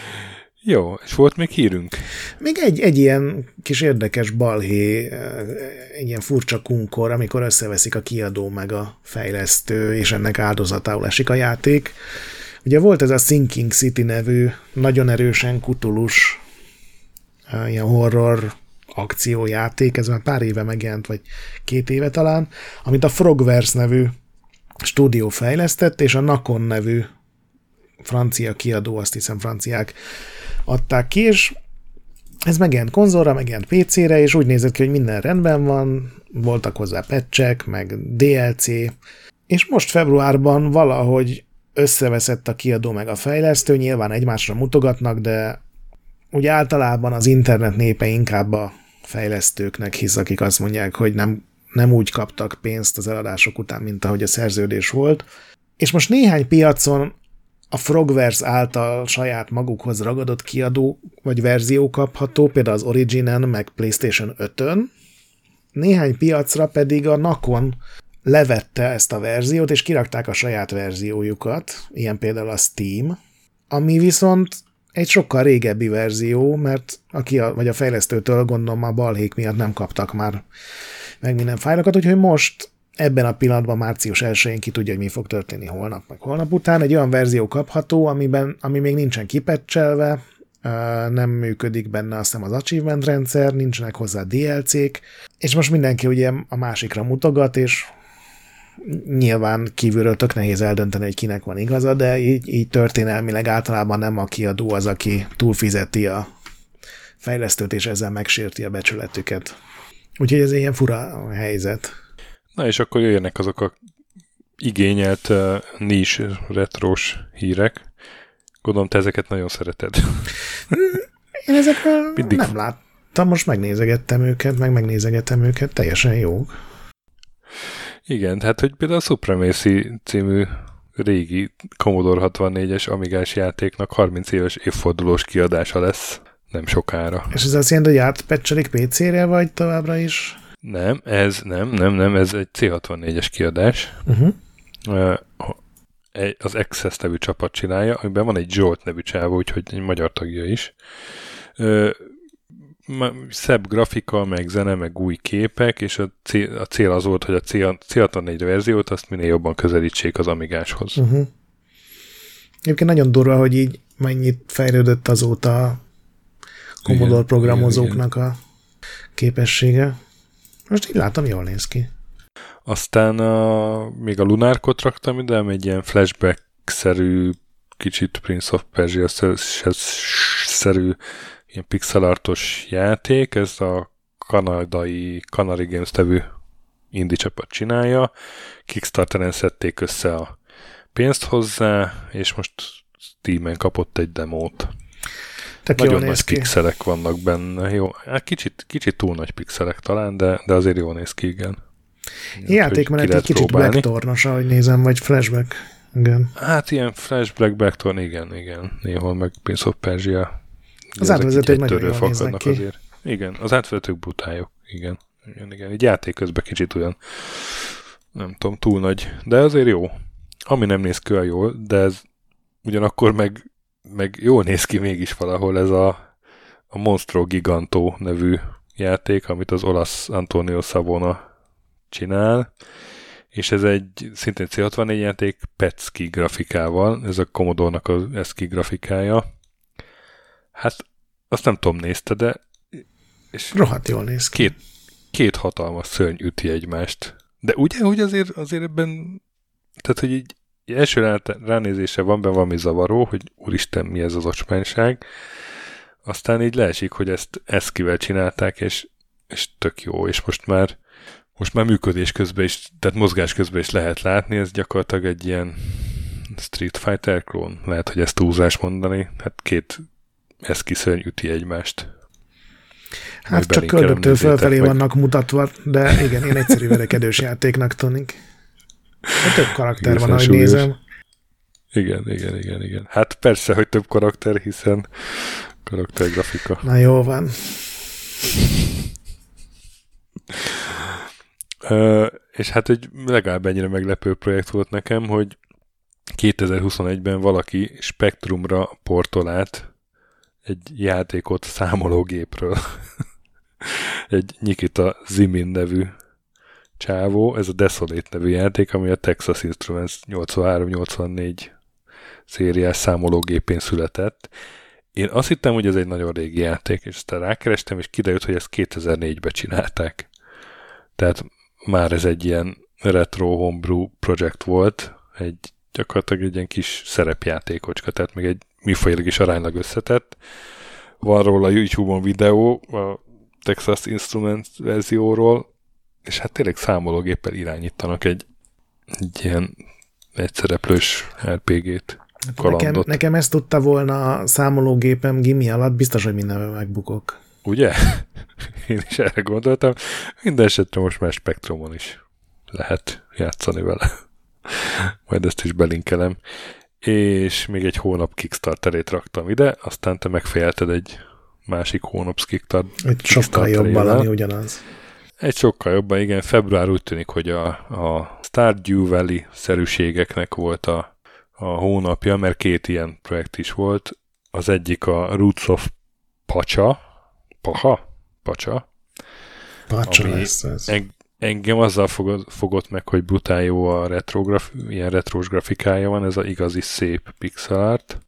Jó, és volt még hírünk? Még egy, egy ilyen kis érdekes balhé, egy ilyen furcsa kunkor, amikor összeveszik a kiadó meg a fejlesztő, és ennek áldozatául esik a játék. Ugye volt ez a Sinking City nevű, nagyon erősen kutulus, ilyen horror akciójáték, ez már pár éve megjelent, vagy két éve talán, amit a Frogverse nevű stúdió fejlesztett, és a Nakon nevű francia kiadó, azt hiszem franciák adták ki, és ez megjelent konzolra, megjelent pé cére, és úgy nézett ki, hogy minden rendben van, voltak hozzá patchek, meg dé el cé, és most februárban valahogy összeveszett a kiadó meg a fejlesztő, nyilván egymásra mutogatnak, de ugye általában az internet népe inkább a fejlesztőknek hisz, akik azt mondják, hogy nem, nem úgy kaptak pénzt az eladások után, mint ahogy a szerződés volt. És most néhány piacon a Frogverse által saját magukhoz ragadott kiadó vagy verzió kapható, például az Originen, meg PlayStation ötön. Néhány piacra pedig a Nakon levette ezt a verziót, és kirakták a saját verziójukat, ilyen például a Steam, ami viszont egy sokkal régebbi verzió, mert aki a, vagy a fejlesztőtől gondolom a balhék miatt nem kaptak már meg minden fájlokat, úgyhogy most ebben a pillanatban március elsején ki tudja, hogy mi fog történni holnap, meg holnap után. Egy olyan verzió kapható, amiben, ami még nincsen kipatchelve, nem működik benne azt hiszem az achievement rendszer, nincsenek hozzá dé el cék, és most mindenki ugye a másikra mutogat, és nyilván kívülről tök nehéz eldönteni, hogy kinek van igaza, de így, így történelmileg általában nem a kiadó az, aki túlfizeti a fejlesztőt, és ezzel megsérti a becsületüket. Úgyhogy ez egy ilyen fura helyzet. Na és akkor jöjjenek azok a igényelt uh, niche retrós hírek. Gondolom, te ezeket nagyon szereted. Én ezekről Mindig... nem láttam, most megnézegettem őket, meg megnézegettem őket, teljesen jók. Igen, tehát hogy például a Supremacy című régi Commodore hatvannégyes Amigás játéknak harminc éves évfordulós kiadása lesz nem sokára. És ez azt jelenti, hogy átpatchelik pé cére, vagy továbbra is? Nem, ez nem, nem, nem, ez egy cé hatvannégyes kiadás. Uh-huh. Az Access nevű csapat csinálja, amiben van egy Zsolt nevű csávó, úgyhogy egy magyar tagja is. Szebb grafika, meg zene, meg új képek, és a cél, a cél az volt, hogy a cé hatvannégy verziót azt minél jobban közelítsék az Amigáshoz. Uh-huh. Egyébként nagyon durva, hogy így mennyit fejlődött azóta a Commodore igen, programozóknak igen. a képessége. Most így látom, jól néz ki. Aztán a, még a Lunárkot raktam ide, egy ilyen flashback-szerű, kicsit Prince of Persia-szerű ilyen pixelartos játék, ez a kanadai Canary Games nevű indie csapat csinálja. Kickstarteren szedték össze a pénzt hozzá, és most Steamen kapott egy demót. Tök nagyon nagy pixelek vannak benne. Jó, hát kicsit, kicsit túl nagy pixelek talán, de, de azért jól néz ki, igen. Játékmenet egy kicsit Blackthorn-os, ahogy nézem, vagy Flashback. Igen. Hát ilyen Flashback, Blackthorn, igen, igen. Néhol meg Prince of Persia. Az átvezetők nagyon jól néznek ki. Azért. Igen, az átvezetők brutáljuk, igen. Igen, igen. Így játék közben kicsit olyan, nem tudom, túl nagy, de azért jó. Ami nem néz ki olyan jól, de ez ugyanakkor meg, meg jól néz ki mégis valahol ez a, a Monstro Giganto nevű játék, amit az olasz Antonio Savona csinál, és ez egy szintén cé hatvannégy játék Petski grafikával, ez a Commodore-nak az eszki grafikája. Hát azt nem tudom, nézte, de és rohadt jól néz ki. Két, két hatalmas szörny üti egymást. De ugye, hogy azért, azért ebben, tehát, hogy így első ránézésre van benne valami zavaró, hogy úristen, mi ez az ocsmányság. Aztán így leesik, hogy ezt eszkivel csinálták, és, és tök jó, és most már most már működés közben is, tehát mozgás közben is lehet látni, ez gyakorlatilag egy ilyen Street Fighter klón. Lehet, hogy ezt túlzás mondani. Hát két eszki szörny üti egymást. Hát csak köldöktől fölfelé vagy... vannak mutatva, de igen, én egyszerű verekedős játéknak tűnik. Hát több karakter igen, van, ahogy súlyos. Nézem. Igen, igen, igen, igen. Hát persze, hogy több karakter, hiszen karaktergrafika. Na jó van. Uh, és hát egy legalább ennyire meglepő projekt volt nekem, hogy kétezer-huszonegyben valaki Spectrumra portol át egy játékot számológépről. Egy Nikita Zimin nevű csávó, ez a Desolate nevű játék, ami a Texas Instruments nyolcvanhárom nyolcvannégy szériás számológépén született. Én azt hittem, hogy ez egy nagyon régi játék, és aztán rákerestem, és kiderült, hogy ezt kétezer-négyben csinálták. Tehát már ez egy ilyen retro homebrew projekt volt, egy gyakorlatilag egy ilyen kis szerepjátékocska, tehát még egy műfajilag is aránylag összetett. Van róla YouTube-on videó a Texas Instruments verzióról, és hát tényleg számológéppel irányítanak egy, egy ilyen egyszereplős er pé gét, kalandot. Nekem, nekem ezt tudta volna a számológépem gimi alatt, biztos, hogy mindenben megbukok. Ugye? Én is erre gondoltam. Minden esetre most már Spectrumon is lehet játszani vele. Majd ezt is belinkelem. És még egy hónap Kickstarterét raktam ide, aztán te megfejelted egy másik hónap Kickstarter. Egy sokkal jobban, ami ugyanaz. Egy sokkal jobban, igen. Február úgy tűnik, hogy a, a Stardew Valley-szerűségeknek volt a, a hónapja, mert két ilyen projekt is volt. Az egyik a Roots of Pacha, Paha? Pacsa. Pacsa lesz ez. En, engem azzal fogod, fogott meg, hogy brutál jó a retrograf, ilyen retrós grafikája van, ez az igazi szép pixel art.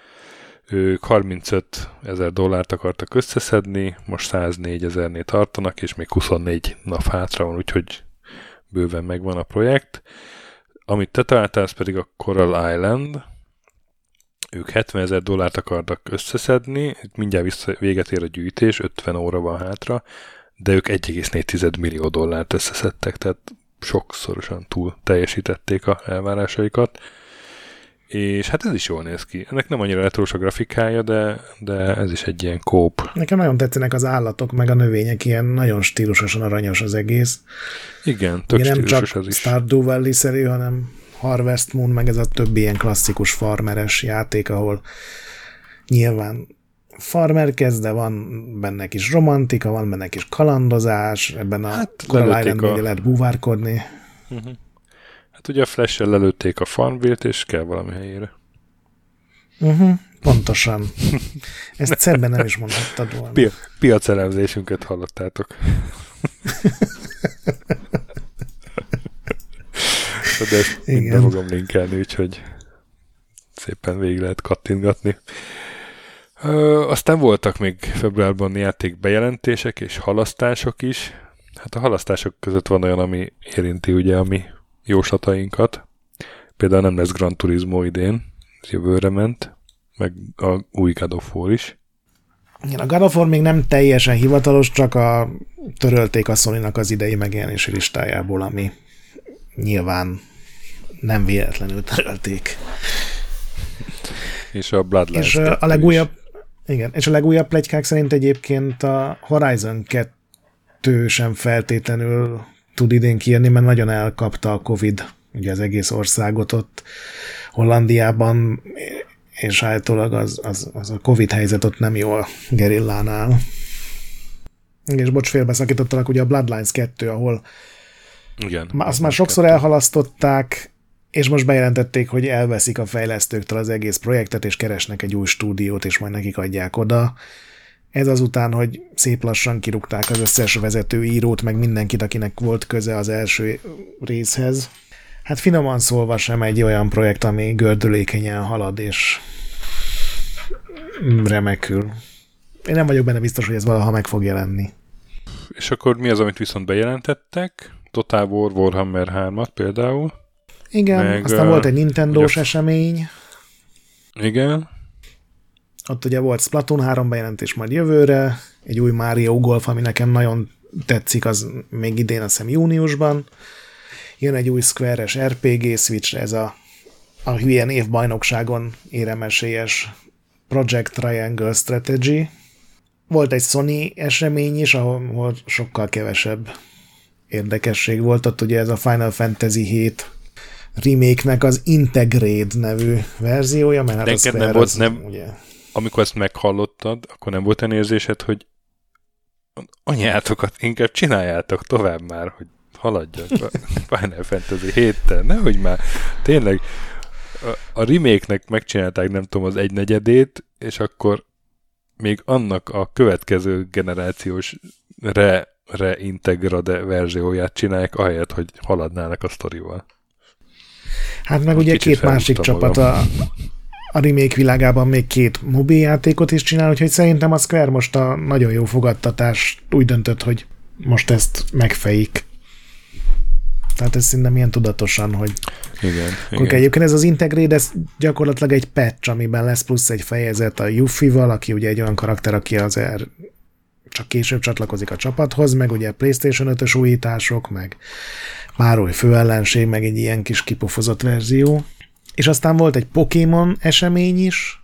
Ők harmincöt ezer dollárt akartak összeszedni, most száznégy ezernél tartanak, és még huszonnégy nap hátra van, úgyhogy bőven megvan a projekt. Amit te találtál, az pedig a Coral Island. Ők hetven ezer dollárt akartak összeszedni, mindjárt vissza, véget ér a gyűjtés, ötven óra van hátra, de ők egy egész négy millió dollárt összeszedtek, tehát sokszorosan túl teljesítették a elvárásaikat. És hát ez is jól néz ki. Ennek nem annyira retrós a grafikája, de, de ez is egy ilyen kóp. Nekem nagyon tetszenek az állatok, meg a növények, ilyen nagyon stílusosan aranyos az egész. Igen, tök ugye stílusos az is. Nem csak Stardew Valley-szerű, hanem Harvest Moon, meg ez a többi ilyen klasszikus farmeres játék, ahol nyilván farmerkezd, de van benne kis romantika, van benne kis kalandozás, ebben a hát, Coral Islandban a... lehet búvárkodni. Uh-huh. Hát ugye a Flash-el lelőtték a Farmville-t, és kell valami helyére. Uh-huh, pontosan. Ezt szebben nem is mondhattad volna. Pi- piacelemzésünket hallottátok. De ezt minden fogom linkelni, úgyhogy szépen végig lehet kattintgatni. Ö, aztán voltak még februárban játékbejelentések és halasztások is. Hát a halasztások között van olyan, ami érinti ugye a mi jóslatainkat. Például nem lesz Gran Turismo idén, ez jövőre ment, meg a új God of War is. Igen, a God of War még nem teljesen hivatalos, csak a törölték a Sony-nak az idei megjelenési listájából, ami nyilván nem véletlenül törölték. És a Bloodlines és a legújabb, igen, és a legújabb pletykák szerint egyébként a Horizon kettő sem feltétlenül tud idén kijönni, mert nagyon elkapta a Covid ugye az egész országot ott Hollandiában, és állítólag az, az, az a Covid helyzet ott nem jól Gerillánál. És bocs, félbeszakítottalak, ugye a Bloodlines kettő, ahol igen, azt már sokszor kettő. elhalasztották, és most bejelentették, hogy elveszik a fejlesztőktől az egész projektet, és keresnek egy új stúdiót, és majd nekik adják oda. Ez azután, hogy szép lassan kirúgták az összes vezető írót, meg mindenkit, akinek volt köze az első részhez. Hát finoman szólva sem egy olyan projekt, ami gördülékenyen halad, és remekül. Én nem vagyok benne biztos, hogy ez valaha meg fog jelenni. És akkor mi az, amit viszont bejelentettek? Total War Warhammer hármat például. Igen, meg, aztán volt egy Nintendo-s ugye, esemény. Igen. Ott ugye volt Splatoon három bejelentés majd jövőre, egy új Mario Golf, ami nekem nagyon tetszik, az még idén, azt hiszem júniusban. Jön egy új Square-es er pé gé Switchre, ez a, a hülye névbajnokságon éremesélyes Project Triangle Strategy. Volt egy Sony esemény is, ahol sokkal kevesebb érdekesség volt. Ott ugye ez a Final Fantasy hét remake-nek az Integrate nevű verziója, mert hát de a Square nem volt, az, nem, ugye... amikor ezt meghallottad, akkor nem volt olyan érzésed, hogy anyátokat inkább csináljátok tovább már, hogy haladjak a Final Fantasy héttel, nehogy már tényleg a, a remake-nek megcsinálták nem tudom az egynegyedét, és akkor még annak a következő generációs re, reintegrade verzióját csinálják, ahelyett, hogy haladnának a sztorival. Hát meg ugye két másik csapat a, a remake világában még két mobiljátékot is csinál, úgyhogy szerintem a Square most a nagyon jó fogadtatás úgy döntött, hogy most ezt megfejik. Tehát ez szerintem ilyen tudatosan, hogy igen, akkor igen. Egyébként ez az Integrate, ez gyakorlatilag egy patch, amiben lesz plusz egy fejezet a Yuffie-val, aki ugye egy olyan karakter, aki azért csak később csatlakozik a csapathoz, meg ugye PlayStation ötös újítások, meg Mároly főellenség, meg egy ilyen kis kipofozott verzió. És aztán volt egy Pokémon esemény is,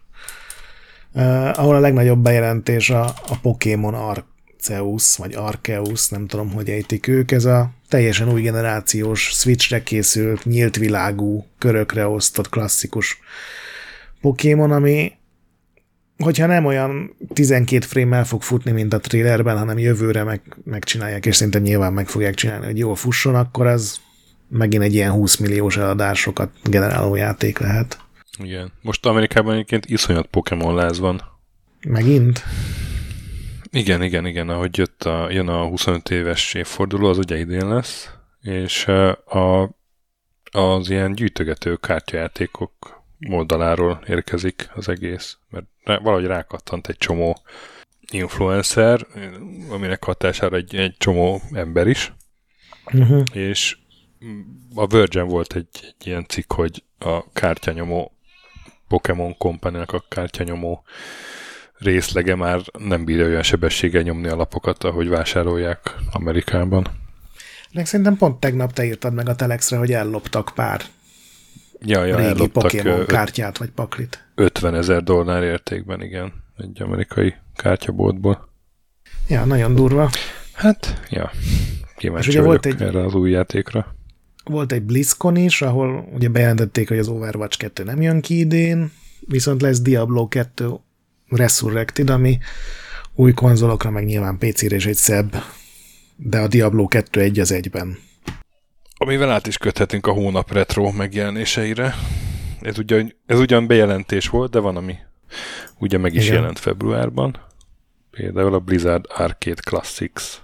uh, ahol a legnagyobb bejelentés a, a Pokémon Arceus, vagy Arceus, nem tudom, hogy ejtik ők, ez a teljesen új generációs, Switchre készült, nyílt világú, körökre osztott klasszikus Pokémon, ami hogyha nem olyan tizenkét frame-mel fog futni, mint a trailerben, hanem jövőre meg, megcsinálják, és szerintem nyilván meg fogják csinálni, hogy jól fusson, akkor az megint egy ilyen húsz milliós eladásokat generáló játék lehet. Igen. Most Amerikában egyébként iszonyat Pokémon láz van. Megint? Igen, igen, igen. Ahogy jött a, jön a huszonöt éves évforduló, az ugye idén lesz, és a, az ilyen gyűjtögető kártyajátékok oldaláról érkezik az egész, mert valahogy rákattant egy csomó influencer, aminek hatására egy, egy csomó ember is, uh-huh. és a Virgin volt egy, egy ilyen cikk, hogy a kártyanyomó Pokémon Company-nek a kártyanyomó részlege már nem bírja olyan sebességgel nyomni a lapokat, ahogy vásárolják Amerikában. De szerintem pont tegnap te írtad meg a Telexre, hogy elloptak pár ja, ja, régi Pokémon öt, kártyát vagy paklit. ötvenezer dollár értékben, igen, egy amerikai kártyaboltból. Ja, nagyon durva. Hát, ja, kíváncsi vagyok volt egy, erre az új játékra. Volt egy BlizzCon is, ahol ugye bejelentették, hogy az Overwatch kettő nem jön ki idén, viszont lesz Diablo kettő Resurrected, ami új konzolokra, meg nyilván pé cére is egy szebb, de a Diablo kettő egy az egyben. Amivel át is köthetünk a hónap retro megjelenéseire. Ez ugyan, ez ugyan bejelentés volt, de van, ami ugye meg is igen. jelent februárban. Például a Blizzard Arcade Classics.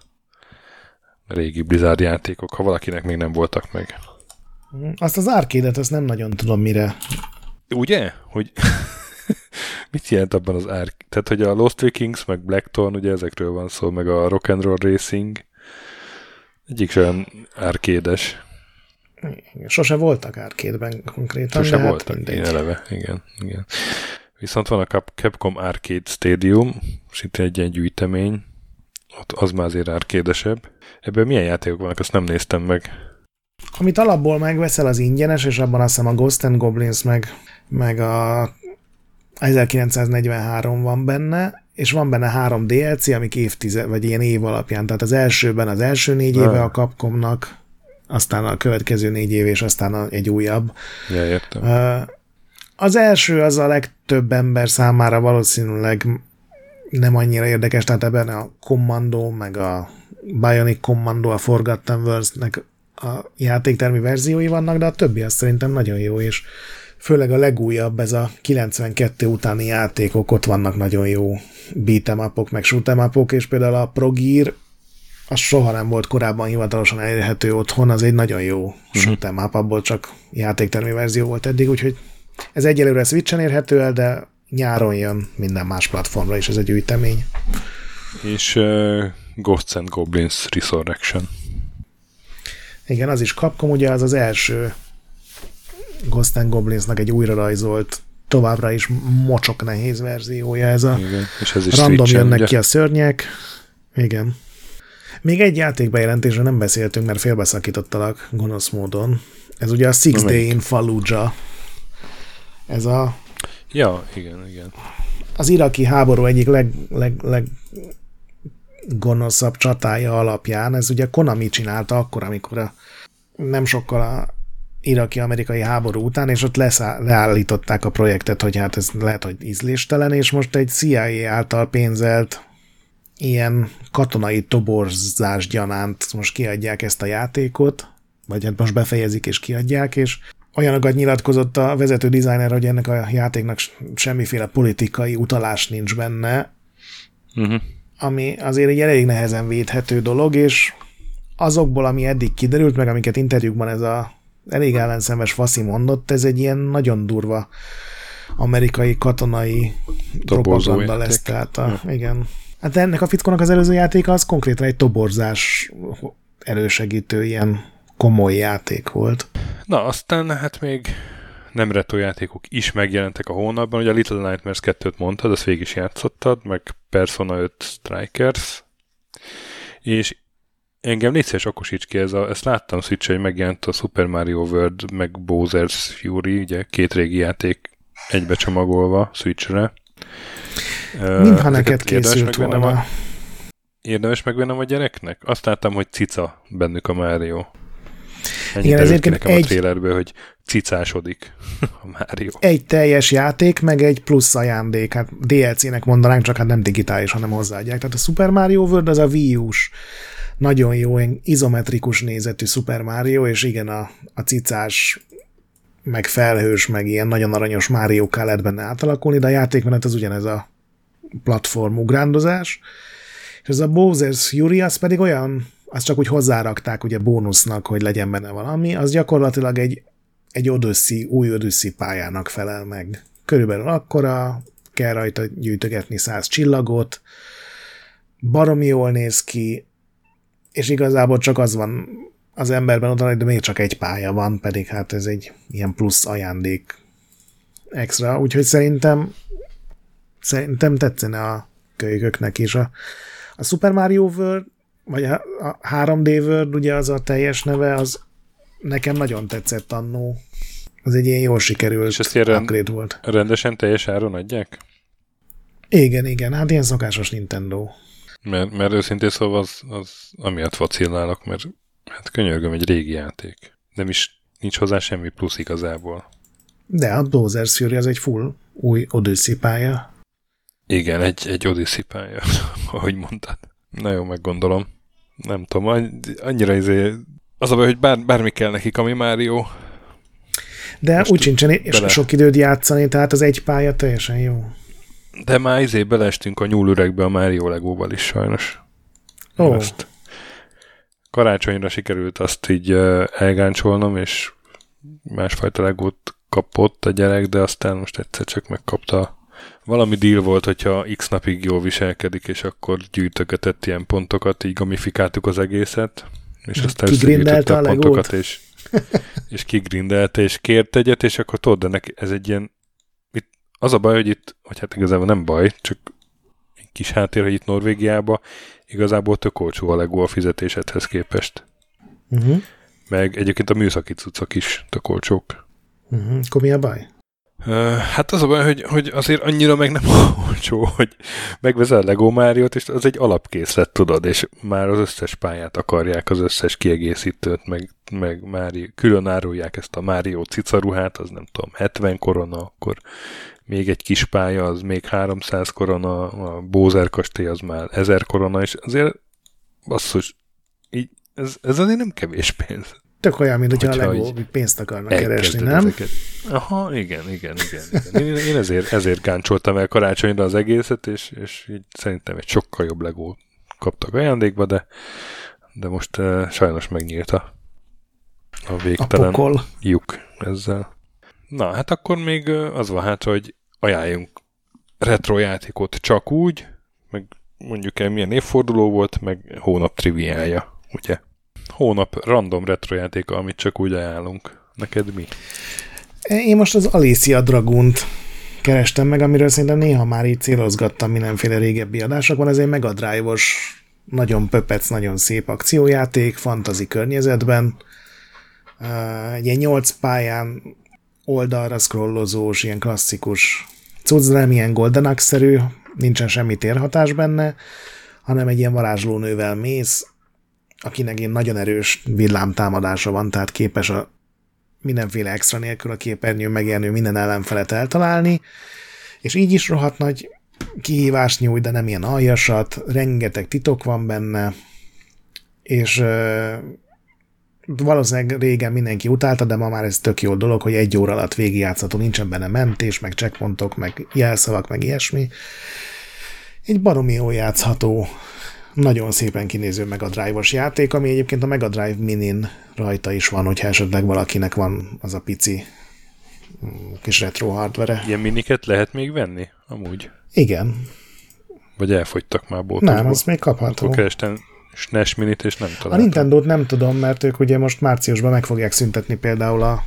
Régi Blizzard játékok, ha valakinek még nem voltak meg. Azt az arcade-et, azt nem nagyon tudom mire. Ugye? Hogy mit jelent abban az arcade? Tehát, hogy a Lost Vikings, meg Blackthorn, ugye ezekről van szó, meg a Rock and Roll Racing. Egyik sem arcade-es. Sose voltak arcade-ben konkrétan. Sose voltak, hát én eleve, igen, igen. Viszont van a Capcom Arcade Stadium, szintén egy ilyen gyűjtemény, ott az már azért arcade-esebb. Ebből milyen játékok vannak, azt nem néztem meg. Amit alapból megveszel, az ingyenes, és abban azt hiszem a Ghost and Goblins, meg, meg a ezerkilencszáznegyvenhárom van benne, és van benne három dé el cé, amik évtized, vagy ilyen év alapján. Tehát az elsőben az első négy éve a Capcomnak, aztán a következő négy év, és aztán egy újabb. Ja, értem. Az első az a legtöbb ember számára valószínűleg nem annyira érdekes, tehát ebben a Commando, meg a Bionic Commando, a Forgotten Worlds-nek a játéktermi verziói vannak, de a többi az szerintem nagyon jó, és főleg a legújabb, ez a kilencvenkettő utáni játékok, ott vannak nagyon jó beat'em upok, meg shoot'em upok, és például a Progír, az soha nem volt korábban hivatalosan elérhető otthon, az egy nagyon jó uh-huh. shoot'em up, abból csak játéktermi verzió volt eddig, úgyhogy ez egyelőre Switchen érhető el, de nyáron jön minden más platformra is ez egy gyűjtemény. És uh, Ghosts and Goblins Resurrection. Igen, az is Capcom, ugye az az első Ghosts and Goblinsnak egy újra rajzolt, továbbra is mocsok nehéz verziója, ez a igen, és ez is random Switchen, jönnek ugye? ki a szörnyek. Igen. Még egy játékbejelentésre nem beszéltünk, mert félbeszakítottalak gonosz módon. Ez ugye a Six Day in Fallujah. Ez a... Ja, igen, igen. Az iraki háború egyik leg, leg, leg gonoszabb csatája alapján. Ez ugye Konami csinálta akkor, amikor a, nem sokkal a iraki-amerikai háború után, és ott leszáll, leállították a projektet, hogy hát ez lehet, hogy ízléstelen, és most egy C I A által pénzelt ilyen katonai toborzás gyanánt most kiadják ezt a játékot, vagy hát most befejezik és kiadják, és olyanokat nyilatkozott a vezető designer, hogy ennek a játéknak semmiféle politikai utalás nincs benne, uh-huh. ami azért egy elég nehezen védhető dolog, és azokból, ami eddig kiderült, meg amiket interjúkban ez a elég ellenszenves faszi mondott, ez egy ilyen nagyon durva amerikai katonai propaganda lesz. Tehát a, ja. Igen. Hát ennek a fickónak az előző játéka az konkrétan egy toborzás elősegítő ilyen komoly játék volt. Na, aztán hát még nem retro játékok is megjelentek a hónapban. Ugye a Little Nightmares kettőt mondtad, azt végig is játszottad, meg Persona öt Strikers, és engem négyszer okosíts ki, ez a, ezt láttam Switch, hogy megjelent a Super Mario World, meg Bowser's Fury, ugye két régi játék egybe csomagolva Switchre. Mintha neked készült volna. A, érdemes megvennem a gyereknek? Azt láttam, hogy cica bennük a Mario. Ennyit igen, ezért nekem egy, a trailerből, hogy cicásodik a Mario. Egy teljes játék, meg egy plusz ajándék. Hát dé el cé-nek mondanánk, csak hát nem digitális, hanem hozzáadják. Tehát a Super Mario World az a Wii U-s, nagyon jó, izometrikus nézetű Super Mario, és igen, a, a cicás, meg felhős, meg ilyen nagyon aranyos Mario-ká lehet benne átalakulni, de a játékmenet az ugyanez a platform ugrándozás. És ez a Bowser's Fury, az pedig olyan, azt csak úgy hozzárakták ugye bónusznak, hogy legyen benne valami, az gyakorlatilag egy, egy Odyssey, új Odyssey pályának felel meg. Körülbelül akkora, kell rajta gyűjtögetni száz csillagot, baromi jól néz ki, és igazából csak az van az emberben oda, de még csak egy pálya van, pedig hát ez egy ilyen plusz ajándék extra, úgyhogy szerintem szerintem tetszene a kölyköknek is. A, a Super Mario World, vagy a, a három dé World, ugye az a teljes neve, az nekem nagyon tetszett annó. Az egy ilyen jól sikerült upgrade volt. Rendesen teljes áron adják? Igen, igen, hát ilyen szokásos Nintendo. Mert, mert őszintén szóval az, az amiatt vacillálok, mert hát könyörgöm, egy régi játék. Nem is nincs hozzá semmi plusz igazából. De a Bowser's Fury az egy full új Odyssey pálya. Igen, egy, egy Odyssey pálya, ahogy mondtad. Na jó, meggondolom. Nem tudom, annyira izé... Az a baj, hogy bár, bármi kell nekik, ami Mario. De most úgy sincsen bele... sok időt játszani, tehát az egy pálya teljesen jó. De már izé beleestünk a nyúlüregbe a Mario Legóval is sajnos. Ó. Oh. Karácsonyra sikerült azt így elgáncsolnom, és másfajta Legót kapott a gyerek, de aztán most egyszer csak megkapta. Valami deal volt, hogyha x napig jól viselkedik, és akkor gyűjtögetett ilyen pontokat, így gamifikáltuk az egészet, és aztán összegyűjtötte a, a pontokat, és, és kigrindelte, és kért egyet, és akkor tudod, de neki ez egy ilyen, itt az a baj, hogy itt, vagy hát igazából nem baj, csak egy kis háttér, hogy itt Norvégiában igazából tök olcsó a Lego a fizetésedhez képest. Uh-huh. Meg egyébként a műszaki cuccok is tök olcsók. Uh-huh. Akkor mi a baj? Uh, hát az a baj, hogy, hogy azért annyira meg nem olcsó, hogy megveszel a Lego Máriót, és az egy alapkészlet, tudod, és már az összes pályát akarják, az összes kiegészítőt, meg, meg Mário, külön árulják ezt a Mário cicaruhát, az nem tudom, hetven korona, akkor még egy kis pálya, az még háromszáz korona, a Bowser kastély az már ezer korona, és azért basszus, így, ez, ez azért nem kevés pénz. Tök olyan, mint hogyha, hogyha a Lego pénzt akarnak keresni, nem? Ezeket. Aha, igen, igen, igen. igen. Én, én ezért, ezért gáncsoltam el karácsonyra az egészet, és, és így szerintem egy sokkal jobb Lego kaptak ajándékba, de, de most uh, sajnos megnyílt a, a végtelen a lyuk ezzel. Na, hát akkor még az van hát, hogy ajánljunk retro játékot csak úgy, meg mondjuk el milyen évforduló volt, meg hónap triviája, ugye? Hónap random retro játéka, amit csak úgy ajánlunk. Neked mi? Én most az Alicia Dragunt kerestem meg, amiről szerintem néha már így célozgattam mindenféle régebbi adásokban. Ez egy Mega Drive-os, nagyon pöpec, nagyon szép akciójáték, fantasy környezetben. Egy ilyen nyolc pályán oldalra scrollozós, ilyen klasszikus cucc, nem ilyen Golden Axe-szerű, nincsen semmi térhatás benne, hanem egy ilyen varázslónővel mész, akinek ilyen nagyon erős villámtámadása van, tehát képes a mindenféle extra nélkül a képernyőn megjelenő minden ellenfelet eltalálni, és így is rohadt nagy kihívást nyújt, de nem ilyen aljasat, rengeteg titok van benne, és euh, valószínűleg régen mindenki utálta, de ma már ez tök jó dolog, hogy egy óra alatt végigjátszható, nincsen benne mentés, meg checkpontok, meg jelszavak, meg ilyesmi. Egy baromi jól játszható, nagyon szépen kinéző Mega Drive-os játék, ami egyébként a Mega Drive Minin rajta is van, hogyha esetleg valakinek van az a pici kis retro hardware. Ilyen miniket lehet még venni? Amúgy? Igen. Vagy elfogytak már boltokból? Nem, az még kapható. Akkor kerestem es en e es minit, és nem találtam. A Nintendót nem tudom, mert ők ugye most márciusban meg fogják szüntetni például a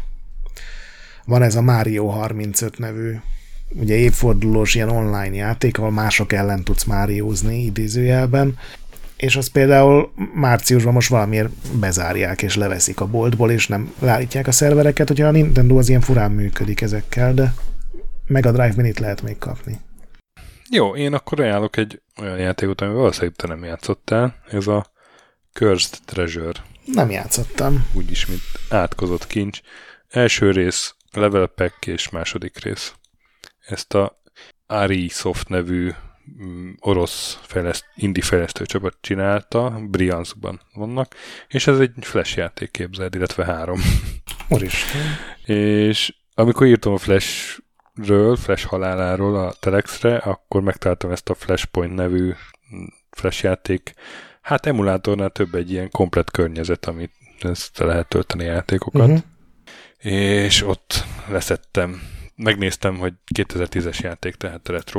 van ez a Mario harmincöt nevű ugye évfordulós ilyen online játék, ahol mások ellen tudsz Máriózni idézőjelben, és az például márciusban most valamiért bezárják és leveszik a boltból, és nem leállítják a szervereket, hogyha a Nintendo az ilyen furán működik ezekkel, de Mega Drive Minit lehet még kapni. Jó, én akkor ajánlok egy olyan játékot, amivel valószínűleg te nem játszottál, ez a Cursed Treasure. Nem játszottam. Úgyis, mint átkozott kincs. Első rész Level Pack és második rész. Ezt a Ari Soft nevű mm, orosz fejleszt, indie fejlesztő csapat csinálta, Brianskban vannak, és ez egy flash játék, képzeld, illetve három. Úristen. És amikor írtam a Flashről, Flash haláláról a Telexre, akkor megtaláltam ezt a Flashpoint nevű flash játék. Hát emulátornál több egy ilyen komplett környezet, amit ezt lehet tölteni játékokat. Uh-huh. És ott leszettem, megnéztem, hogy kétezer-tízes játék, tehát retro.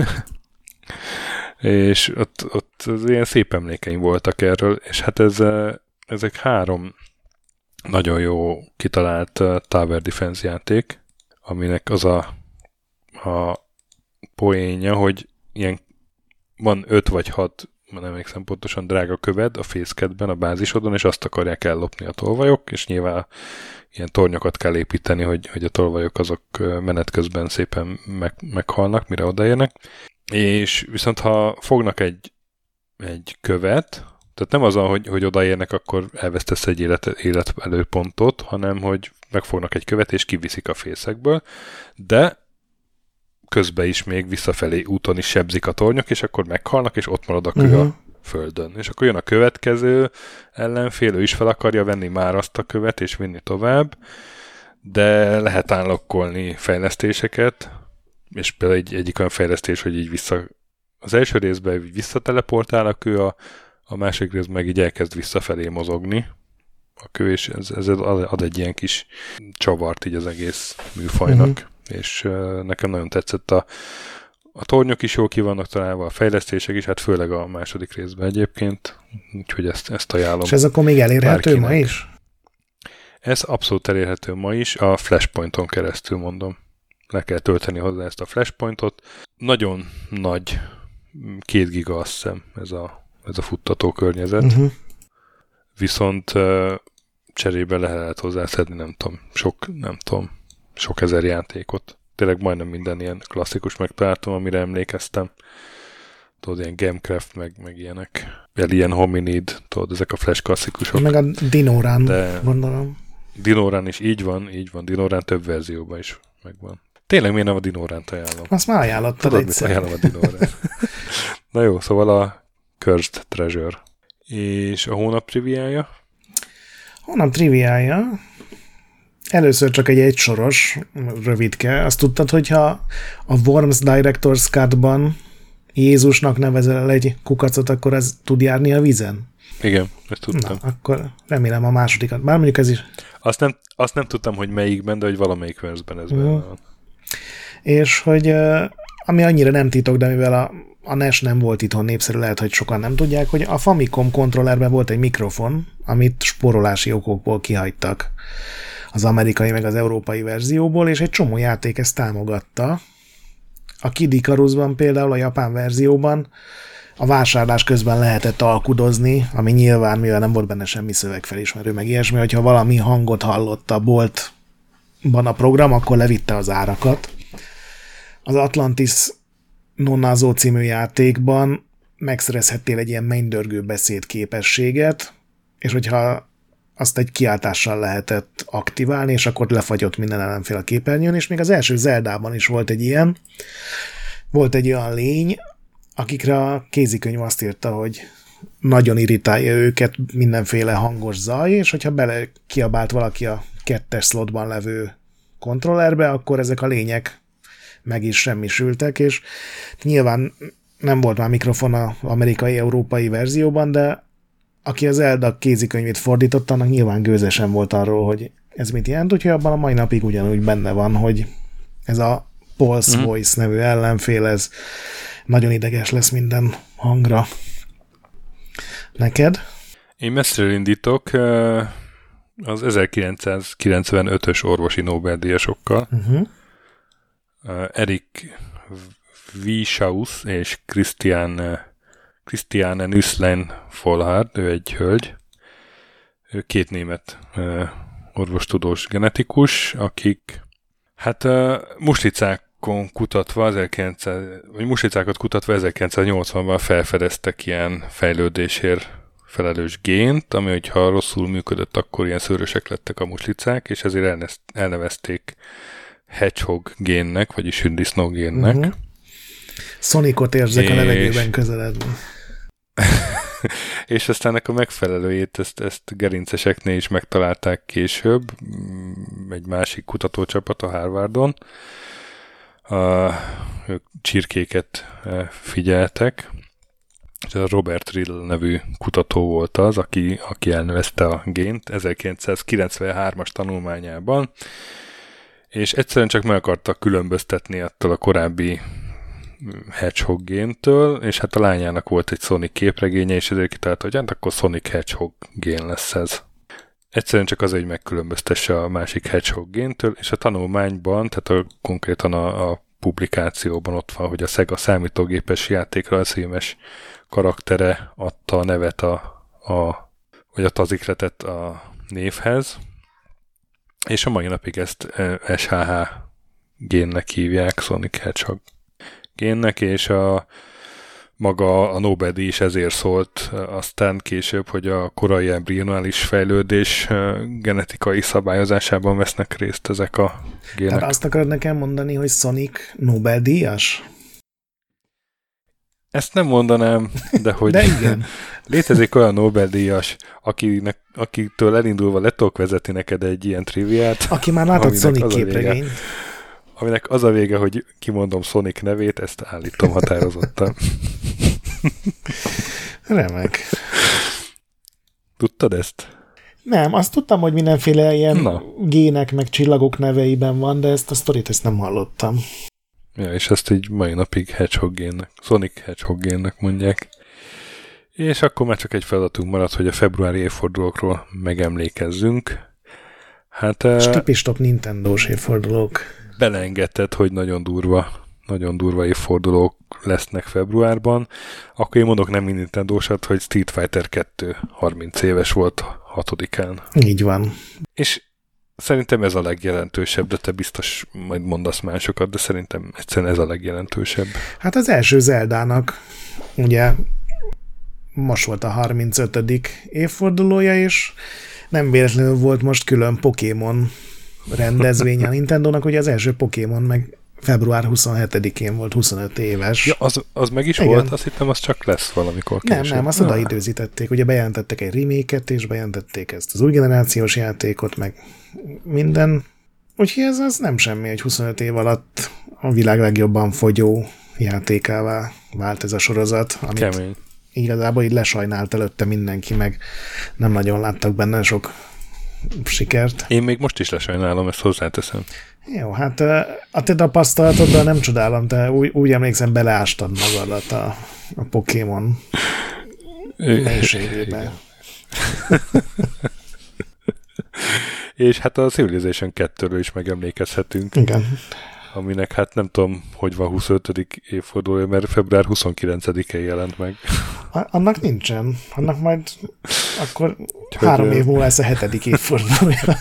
És ott, ott ilyen szép emlékeim voltak erről, és hát ez, ezek három nagyon jó kitalált Tower Defense játék, aminek az a, a poénja, hogy ilyen van öt vagy hat, nem emlékszem pontosan, drága köved a fészkedben, a bázisodon, és azt akarják ellopni a tolvajok, és nyilván ilyen tornyokat kell építeni, hogy, hogy a tolvajok azok menet közben szépen meg, meghalnak, mire odaérnek. És viszont ha fognak egy, egy követ, tehát nem az, hogy, hogy odaérnek, akkor elvesztesz egy élet, élet előpontot, hanem hogy megfognak egy követ, és kiviszik a fészekből, de közben is még visszafelé úton is sebzik a tornyok, és akkor meghalnak, és ott marad a kő uh-huh. a földön. És akkor jön a következő ellenfél, ő is fel akarja venni már azt a követ, és vinni tovább, de lehet unlockolni fejlesztéseket, és például egy, egyik olyan fejlesztés, hogy így vissza, az első részben így visszateleportál a kő, a, a másik részben meg így elkezd visszafelé mozogni a kő, és ez, ez ad egy ilyen kis csavart így az egész műfajnak. Uh-huh. És uh, nekem nagyon tetszett a, a tornyok is jól ki vannak találva, a fejlesztések is, hát főleg a második részben egyébként, úgyhogy ezt, ezt ajánlom. És ez akkor még elérhető bárkinek. Ma is? Ez abszolút elérhető ma is, a Flashpointon keresztül mondom. le kell tölteni hozzá ezt a flashpointot. Nagyon nagy, két giga azt hiszem ez a, ez a futtató környezet. Uh-huh. Viszont uh, cserébe lehet hozzá szedni, nem tudom, sok, nem tudom, sok ezer játékot. Tényleg majdnem minden ilyen klasszikus megtaláltam, amire emlékeztem. Tudod, ilyen Gamecraft, meg, meg ilyenek. Alien Hominid, tudod, ezek a flash klasszikusok. Meg a Dinoran, de gondolom. Dinoran is, így van, így van. Dinoran több verzióban is megvan. Tényleg miért nem a Dinorant ajánlom? Azt már ajánlottad egyszer. Tudod, mit ajánlom a Dinorant? Na jó, szóval a Cursed Treasure. És a hónap triviája? Hónap triviája? Először csak egy egysoros, rövidke. Azt tudtad, hogyha a Worms Director's Cut-ban Jézusnak nevezel egy kukacot, akkor ez tud járni a vízen? Igen, ezt tudtam. Na, akkor remélem a másodikat. Bár mondjuk ez is... Azt nem, azt nem tudtam, hogy melyikben, de hogy valamelyik versben ez benne van. És hogy ami annyira nem titok, de mivel a, a en e es nem volt itthon népszerű, lehet, hogy sokan nem tudják, hogy a Famicom kontrollerben volt egy mikrofon, amit spórolási okokból kihagytak az amerikai meg az európai verzióból, és egy csomó játék ezt támogatta. A Kid Icarusban például, a japán verzióban a vásárlás közben lehetett alkudozni, ami nyilván, mivel nem volt benne semmi szövegfelismerő, meg ilyesmi, hogyha valami hangot hallott a boltban a program, akkor levitte az árakat. Az Atlantis Nonnazó című játékban megszerezhettél egy ilyen mennydörgő beszéd képességet, és hogyha azt egy kiáltással lehetett aktiválni, és akkor lefagyott minden ellenfél a képernyőn, és még az első Zeldában is volt egy ilyen. Volt egy olyan lény, akikre a kézikönyv azt írta, hogy nagyon irritálja őket mindenféle hangos zaj, és hogyha bele kiabált valaki a kettes slotban levő kontrollerbe, akkor ezek a lények meg is semmisültek, és nyilván nem volt már mikrofon az amerikai-európai verzióban, de aki az Zelda kézikönyvét fordította, annak nyilván gőzesen volt arról, hogy ez mit jelent, úgyhogy abban a mai napig ugyanúgy benne van, hogy ez a Pulse mm. Voice nevű ellenfél, ez nagyon ideges lesz minden hangra. Neked? Én messziről indítok az ezerkilencszázkilencvenötös orvosi Nobel-díjasokkal. Uh-huh. Erik Wieschaus és Christian Christiane Nüsslein Volhard, ő egy hölgy, ő két német orvostudós genetikus, akik hát muslicákon kutatva, ezerkilencszáz, vagy muslicákat kutatva ezerkilencszáznyolcvanban felfedeztek ilyen fejlődésért felelős gént, ami hogyha rosszul működött, akkor ilyen szőrösek lettek a muslicák, és ezért elnevezték hedgehog génnek, vagyis hündisznó génnek. Uh-huh. Sonicot érzek és... a levegőben közeledni. És aztán ennek a megfelelőjét, ezt, ezt gerinceseknél is megtalálták később, egy másik kutatócsapat a Harvardon. A, ők csirkéket figyeltek, és a Robert Riddle nevű kutató volt az, aki, aki elnevezte a gént ezerkilencszázkilencvenhármas tanulmányában, és egyszerűen csak meg akartak különböztetni attól a korábbi Hedgehog géntől, és hát a lányának volt egy Sonic képregénye, és ezért kitalálta, hogy hát akkor Sonic Hedgehog gén lesz ez. Egyszerűen csak az, hogy megkülönböztesse a másik Hedgehog géntől, és a tanulmányban, tehát a, konkrétan a, a publikációban ott van, hogy a Sega számítógépes játék rajzfilmes karaktere adta a nevet a, a vagy a tazikletet a névhez, és a mai napig ezt es há há génnek hívják, Sonic Hedgehog génnek, és a maga a Nobel-díj is ezért szólt aztán később, hogy a korai embrionális fejlődés genetikai szabályozásában vesznek részt ezek a gének. Tehát azt akarod nekem mondani, hogy Sonic Nobel-díjas? Ezt nem mondanám, de hogy de igen. Létezik olyan Nobel-díjas, akinek, akitől elindulva le tudok vezetni neked egy ilyen triviát. Aki már látott Sonic képregényt. Aminek az a vége, hogy kimondom Sonic nevét, ezt állítom határozottan. Remek. Tudtad ezt? Nem, azt tudtam, hogy mindenféle ilyen Na. gének meg csillagok neveiben van, de ezt a sztorit ezt nem hallottam. Ja, és ezt így mai napig Hedgehog génnek, Sonic Hedgehog génnek mondják. És akkor már csak egy feladatunk maradt, hogy a februári évfordulókról megemlékezzünk. Hát... Stipistop Nintendós évfordulók. beleengedted, hogy nagyon durva, nagyon durva évfordulók lesznek februárban, akkor én mondok nem Nintendo-sat, hogy Street Fighter kettő harminc éves volt hatodikán. Így van. És szerintem ez a legjelentősebb, de te biztos majd mondasz másokat, de szerintem egyszerűen ez a legjelentősebb. Hát az első Zeldának ugye most volt a harmincötödik évfordulója, és nem véletlenül volt most külön Pokémon rendezvény a Nintendónak, ugye az első Pokémon meg február huszonhetedikén volt huszonöt éves. Ja, az, az meg is igen. Volt, azt hittem, az csak lesz valamikor később. Nem, nem, azt oda időzítették. Ugye bejelentettek egy remake-et, és bejelentették ezt az új generációs játékot, meg minden. Úgyhogy ez az nem semmi, hogy huszonöt év alatt a világ legjobban fogyó játékává vált ez a sorozat, amit kemény. Igazából így lesajnált előtte mindenki, meg nem nagyon láttak benne sok sikert. Én még most is lesajnálom, ezt hozzáteszem. Jó, hát a te tapasztalatoddal nem csodálom, te úgy, úgy emlékszem, beleástad magadat a, a Pokémon mélységébe. És hát a Civilization kettőről is megemlékezhetünk. Igen. Aminek hát nem tudom, hogy van huszonötödik évfordulója, mert február huszonkilencedikén jelent meg. Annak nincsen. Annak majd akkor hogy három ő... év múlva lesz a hetedik évfordulója.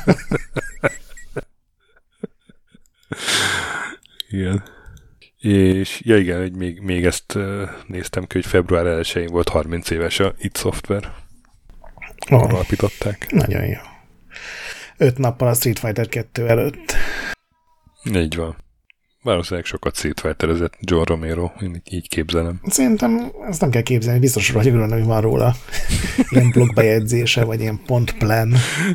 Igen. És ja igen, hogy még, még ezt uh, néztem ki, hogy február elsején volt harminc éves a id Software. Oh. Alapították. Nagyon jó. Öt nappal a Street Fighter kettő előtt. Így van. Valószínűleg sokat Street Fighterezett John Romero, én így, így képzelem. Szerintem ezt nem kell képzelni, biztos vagyok róla, hogy van róla ilyen blogbejegyzése, vagy ilyen pontplan.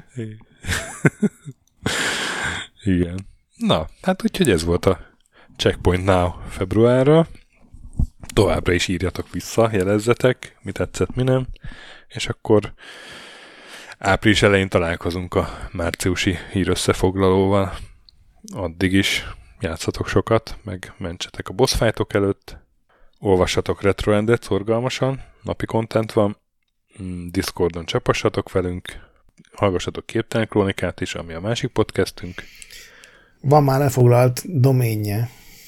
Igen. Na, hát úgyhogy ez volt a Checkpoint Now februárra. Továbbra is írjatok vissza, jelezzetek, mi tetszett, mi nem. És akkor április elején találkozunk a márciusi hírösszefoglalóval. Addig is játszatok sokat, meg mentsetek a boss fightok előtt. Olvassatok Retroendet szorgalmasan, napi content van. Discordon csapassatok velünk. Hallgassatok Képtelen Krónikát is, ami a másik podcastünk. Van már lefoglalt doménje.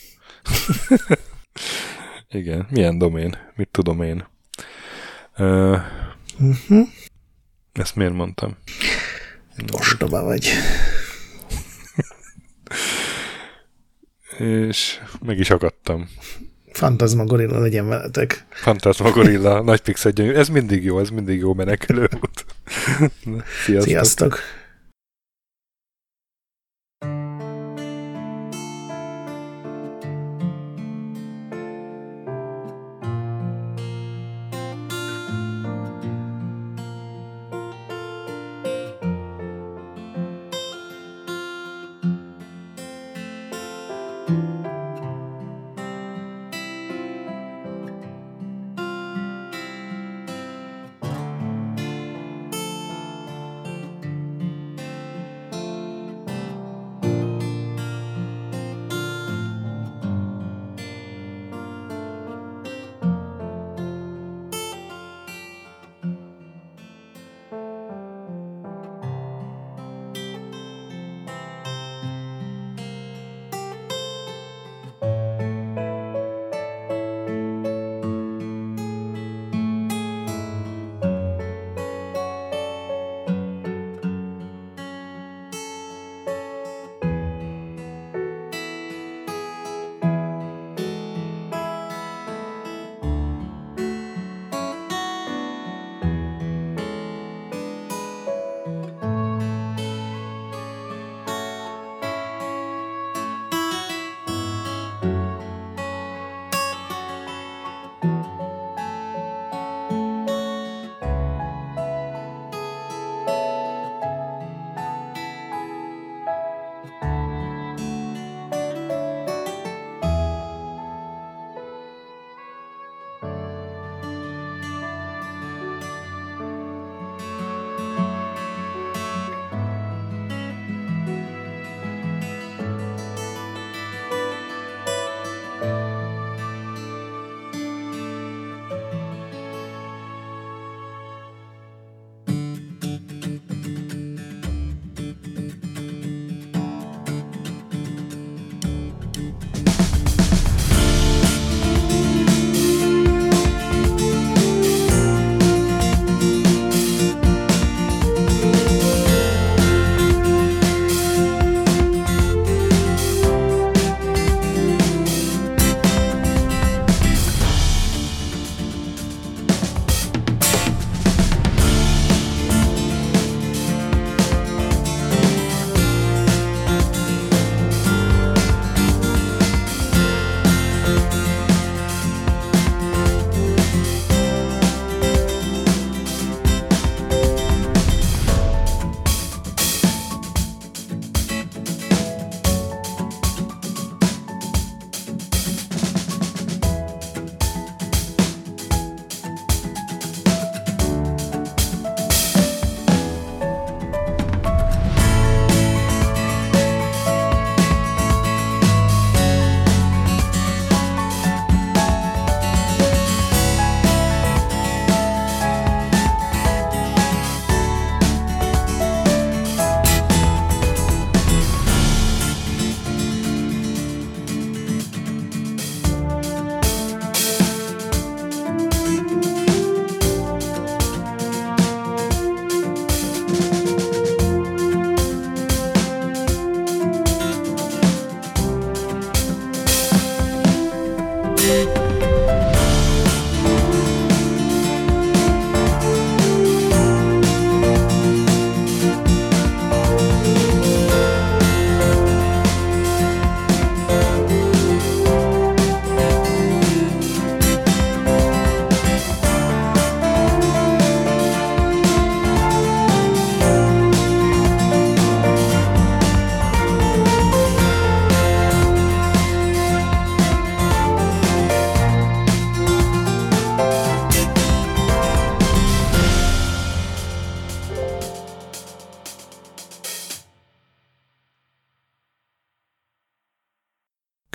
Igen, milyen domén? Mit tudom én? Uh, uh-huh. Ezt miért mondtam? Ostoba vagy. És meg is akadtam. Fantasmagorilla legyen veletek. Fantasmagorilla, nagy pixel gyönyörű. Ez mindig jó, ez mindig jó menekülő út. Sziasztok! Sziasztok.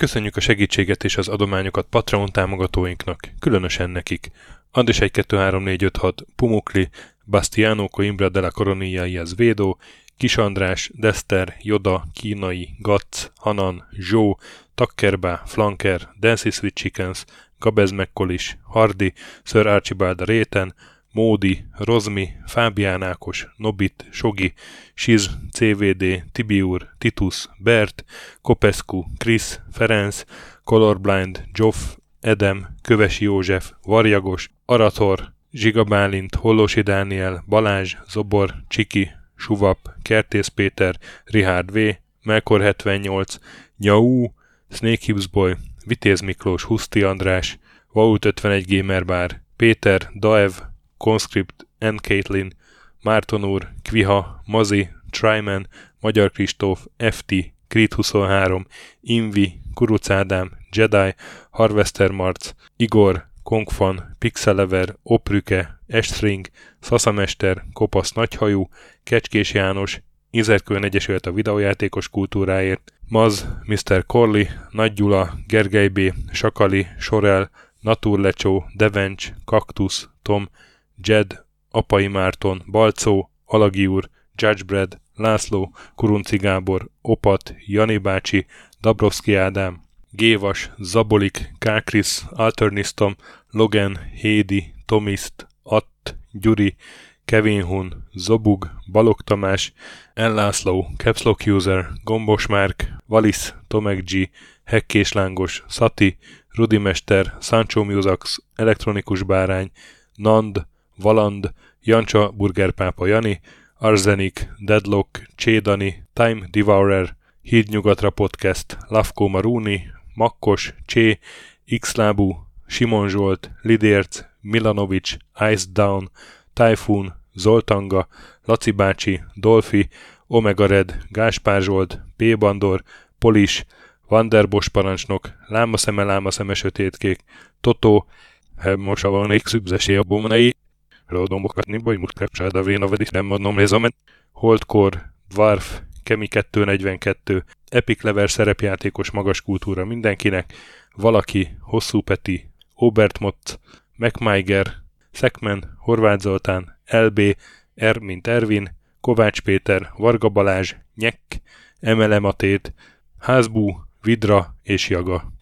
Köszönjük a segítséget és az adományokat Patreon támogatóinknak, különösen nekik. Andis egy kettő három négy öt hat, Pumukli, Bastiano Coimbra de la Coronilla y Azvedo, Kis András, Dester, Joda, Kínai, Gatz, Hanan, Zsó, Takkerbá, Flanker, Dancy Sweet Chickens, Gabez Mekkolis, Hardi, Sir Archibald a Réten, Módi, Rozmi, Fábián Ákos, Nobit, Sogi, Siz, cé vé dé, Tibiur, Titus, Bert, Kopescu, Krisz, Ferenc, Colorblind, Joff, Edem, Kövesi József, Varjagos, Arator, Zsiga Bálint, Hollósi Dániel, Balázs, Zobor, Csiki, Suvap, Kertész Péter, Richard V, Melkor hetvennyolc, Nyau, Snake Hips Boy, Vitéz Miklós, Huszti András, Vault ötvenegy Gamerbar, Péter, Daev, Conscript, N. Caitlin, Márton úr, Kviha, Mazi, Tryman, Magyar Kristóf, ef té, Creed huszonhárom, Invi, Kuruc Ádám, Jedi, Harvester Marc, Igor, Kongfan, Pixelever, Oprüke, Estring, Szaszamester, Kopasz Nagyhajú, Kecskés János, Izerkőn Egyesület a videójátékos kultúráért, Maz, miszter Corley, Nagy Gyula, Gergely B., Sakali, Sorel, Naturlecsó, Devencs, Kaktusz, Tom, Jed, Apai Márton, Balcó, Alagi úr, Judgebred, László, Kurunci Gábor, Opat, Jani bácsi, Dabrowski Ádám, Gévas, Zabolik, Kákris, Alternisztom, Logan, Hédi, Tomiszt, Att, Gyuri, Kevin Hun, Zobug, Balog Tamás, Ellászló, Capslock User, Gombos Márk, Valisz, Tomek G, Hekkés Lángos, Szati, Rudimester, Sancho Musax, Elektronikus Bárány, Nand, Valand, Jancsa, Burgerpápa Jani, Arzenik, Deadlock, Csédani, Time Devourer, Hídnyugatra Podcast, Lavko Maruni, Makkos, Csé, Xlábú, Simon Zsolt, Lidérc, Milanovic, Ice Down, Typhoon, Zoltanga, Laci bácsi, Dolfi, Omega Red, Gáspár Zsolt, P. Bandor, Polis, Vanderbos parancsnok, Lámaszeme, Lámaszeme sötétkék, Totó, most van egy szübzesé a bomnai, Rodomokat nimbaj, mutkepcsád a véna vedis, nem mondom rézamen, Holdcore, Dwarf, Kemi kettőnegyvenkettő, Epic Lever szerepjátékos magas kultúra mindenkinek, Valaki, Hosszú Peti, Obert Motz, MacMiger, Szekmen, Horváth Zoltán, el bé, R mint Ervin, Kovács Péter, Varga Balázs, Nyek, Emele Matét, Házbú, Vidra és Jaga.